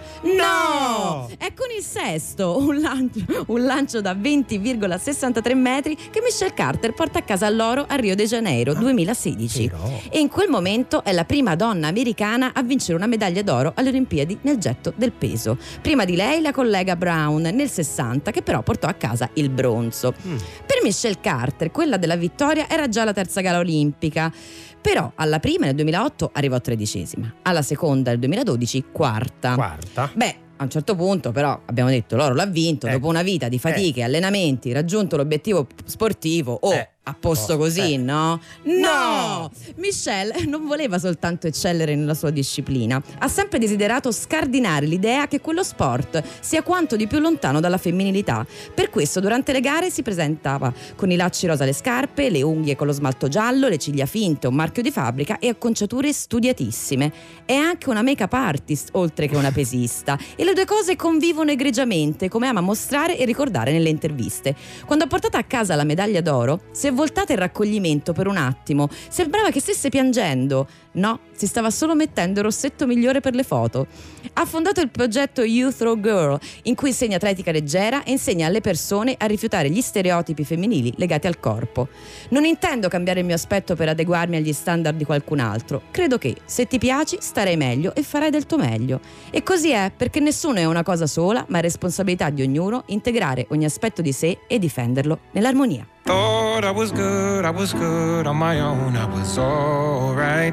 No! È con il sesto, un lancio da 20,63 metri che Michelle Carter porta a casa l'oro a Rio de Janeiro 2016. E in quel momento è la prima donna americana a vincere una medaglia d'oro alle Olimpiadi nel getto del peso. Prima di lei la collega Brown nel 60, che però portò a casa il bronzo. Per Michelle Carter quella della vittoria era già la terza gara olimpica. Però alla prima nel 2008 arrivò 13ª, alla seconda nel 2012 quarta. Beh, a un certo punto però abbiamo detto l'oro l'ha vinto, dopo una vita di fatiche e allenamenti, raggiunto l'obiettivo sportivo. A posto così, no? No! Michelle non voleva soltanto eccellere nella sua disciplina, ha sempre desiderato scardinare l'idea che quello sport sia quanto di più lontano dalla femminilità. Per questo durante le gare si presentava con i lacci rosa alle scarpe, le unghie con lo smalto giallo, le ciglia finte, un marchio di fabbrica e acconciature studiatissime. È anche una make-up artist oltre che una pesista e le due cose convivono egregiamente, come ama mostrare e ricordare nelle interviste. Quando ha portato a casa la medaglia d'oro si è voltata in raccoglimento per un attimo, sembrava che stesse piangendo. No, si stava solo mettendo il rossetto migliore per le foto. Ha fondato il progetto You Throw Girl, in cui insegna atletica leggera e insegna alle persone a rifiutare gli stereotipi femminili legati al corpo. Non intendo cambiare il mio aspetto per adeguarmi agli standard di qualcun altro. Credo che se ti piaci starei meglio e farai del tuo meglio. E così è, perché nessuno è una cosa sola, ma è responsabilità di ognuno integrare ogni aspetto di sé e difenderlo nell'armonia. Thought I was good on my own, I was alright.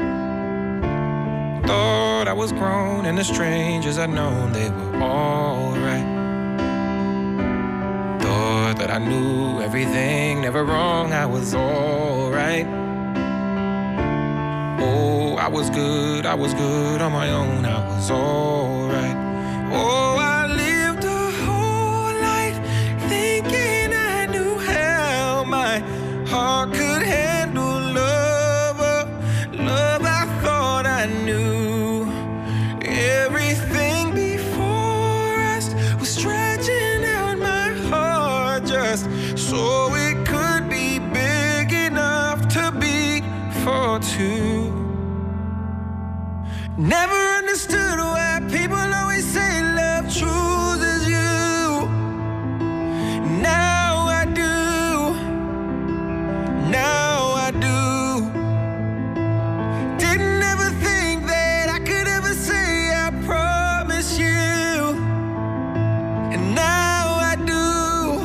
Thought I was grown and the strangers I'd known, they were alright. Thought that I knew everything, never wrong, I was alright. Oh, I was good on my own, I was alright. Oh, I lived a whole life so it could be big enough to beat for two. Never understood why people always say love chooses you. Now I do. Now I do. Didn't ever think that I could ever say I promise you. And now I do.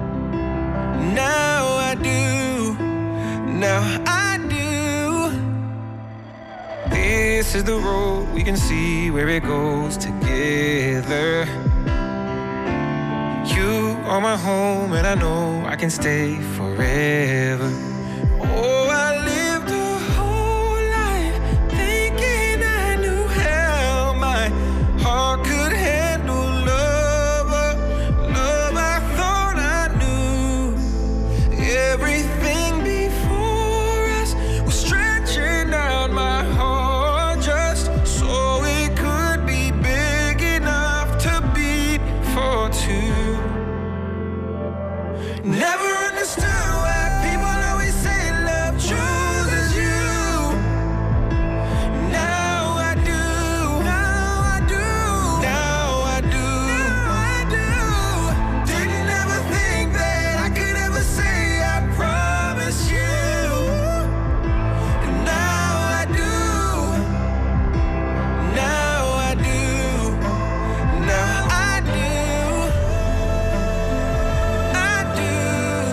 Now I do. Now I do. This is the road, we can see where it goes together. You are my home and I know I can stay forever. Oh, I lived a whole life thinking I knew how my heart could handle love. Love, I thought I knew. Everything before us was stretching out my heart just so it could be big enough to beat for two. Never understood why people always say love chooses you. Now I do. Now I do. Now I do. Now I do. Didn't ever think that I could ever say I promise you. And now I do. Now I do. Now I do. I do.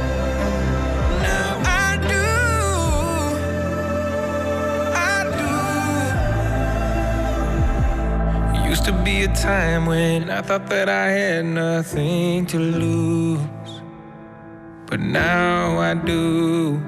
Now I do. I do. Used to be a time when I thought that I had nothing to lose, but now I do.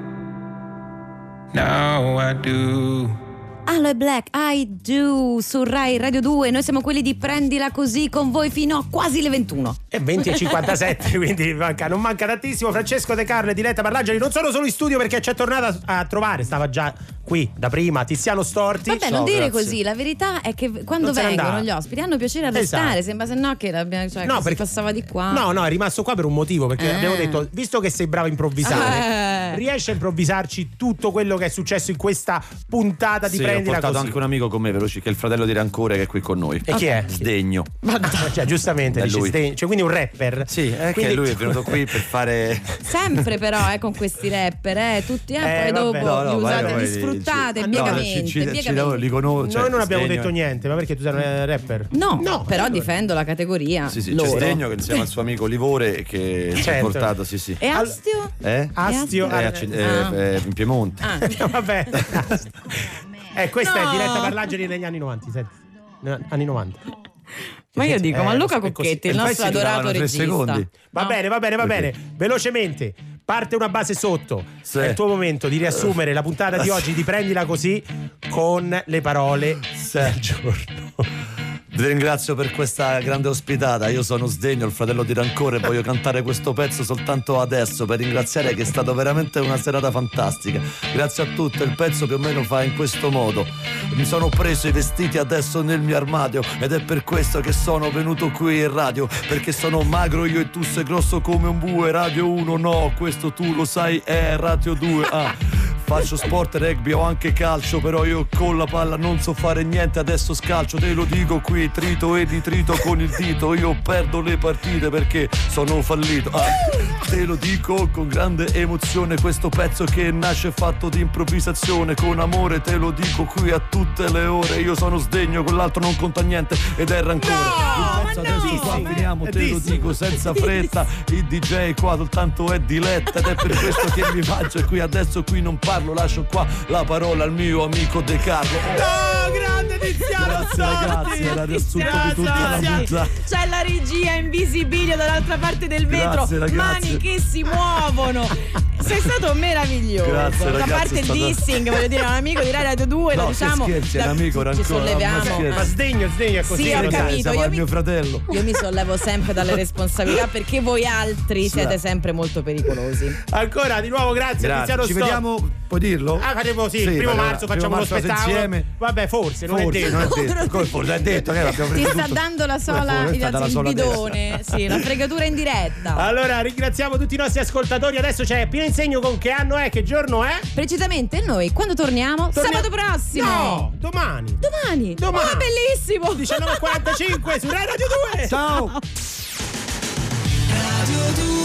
Now I do. Aloe e Black, I Do, su Rai Radio 2. Noi siamo quelli di Prendila Così, con voi fino a quasi le 21. E 20:57, quindi non manca tantissimo. Francesco De Carlo e Diletta Parlangeli non sono solo in studio perché ci è tornata a trovare, stava già qui da prima, Tiziano Storti. Vabbè, non dire così, la verità è che quando vengono gli ospiti hanno piacere a restare, Esatto. sembra se no che, che si passava di qua. No, è rimasto qua per un motivo, perché abbiamo detto, visto che sei bravo a improvvisare, riesci a improvvisarci tutto quello che è successo in questa puntata di Prendila Così. Ho portato anche un amico con me, veloci, che è il fratello di Rancore, che è qui con noi. E chi è? Sdegno. Cioè, giustamente dice lui. Sdegno, cioè, quindi un rapper. Sì, è quindi... che lui è venuto qui per fare sempre però con questi rapper, tutti poi dopo li usate, li sfruttate biegamente. Li conosco. Noi non abbiamo detto niente, ma perché tu sei un rapper? No, però difendo la categoria. Sì, loro. c'è Sdegno che insieme al suo amico Livore che ci ha portato, sì. E Astio? Astio in Piemonte. Vabbè. Questa è Diletta Parlangeli negli anni 90, anni 90. Ma io dico, ma Luca Cocchetti, il nostro adorato regista. Secondi. Va bene. Velocemente, parte una base sotto. Sì. È il tuo momento di riassumere la puntata di oggi di Prendila Così con le parole del giorno. Vi ringrazio per questa grande ospitata. Io sono Sdegno, il fratello di Rancore, e voglio cantare questo pezzo soltanto adesso per ringraziare che è stata veramente una serata fantastica. Grazie a tutti. Il pezzo più o meno fa in questo modo: mi sono preso i vestiti adesso nel mio armadio ed è per questo che sono venuto qui in radio, perché sono magro io e tu sei grosso come un bue. Radio 1 no, questo tu lo sai, è Radio 2. Faccio sport, rugby o anche calcio, però io con la palla non so fare niente, adesso scalcio, te lo dico qui, trito e ritrito con il dito, io perdo le partite perché sono fallito. Te lo dico con grande emozione, questo pezzo che nasce fatto di improvvisazione, con amore te lo dico qui a tutte le ore, io sono Sdegno, quell'altro non conta niente ed è Rancore. Il pezzo adesso qua finiamo, te lo dico senza fretta, il DJ qua soltanto è Diletta ed è per questo che mi faccio qui adesso, qui non parlo, lascio qua la parola al mio amico De Carlo. No, grande Tiziano! Grazie ragazzi, era riassunto di tutta la vita. C'è la regia Invisibilio dall'altra parte del vetro, mani che si muovono. Sei stato meraviglioso. Grazie, ragazzi, a parte il dissing, voglio dire, un amico di Radio 2, no, lo diciamo. Scherzi, è un amico Rancore. Ci solleviamo. Ma Sdegno è così. Sì, ho capito. Io mio fratello. Io mi sollevo sempre dalle responsabilità perché voi altri siete sempre molto pericolosi. Ancora di nuovo grazie Tiziano Ci vediamo Puoi dirlo? Faremo il 1 marzo facciamo uno spettacolo insieme. Vabbè, forse non è detto. Forse è detto che abbiamo ti sta dando la sola il bidone, sì, la fregatura in diretta. Allora ringraziamo tutti i nostri ascoltatori. Adesso c'è Pino Insegno con Che anno è, che giorno è? Precisamente noi quando torniamo? Sabato prossimo. No, domani. Oh, bellissimo. 19:45 su Rai Radio 2. Ciao. Radio 2.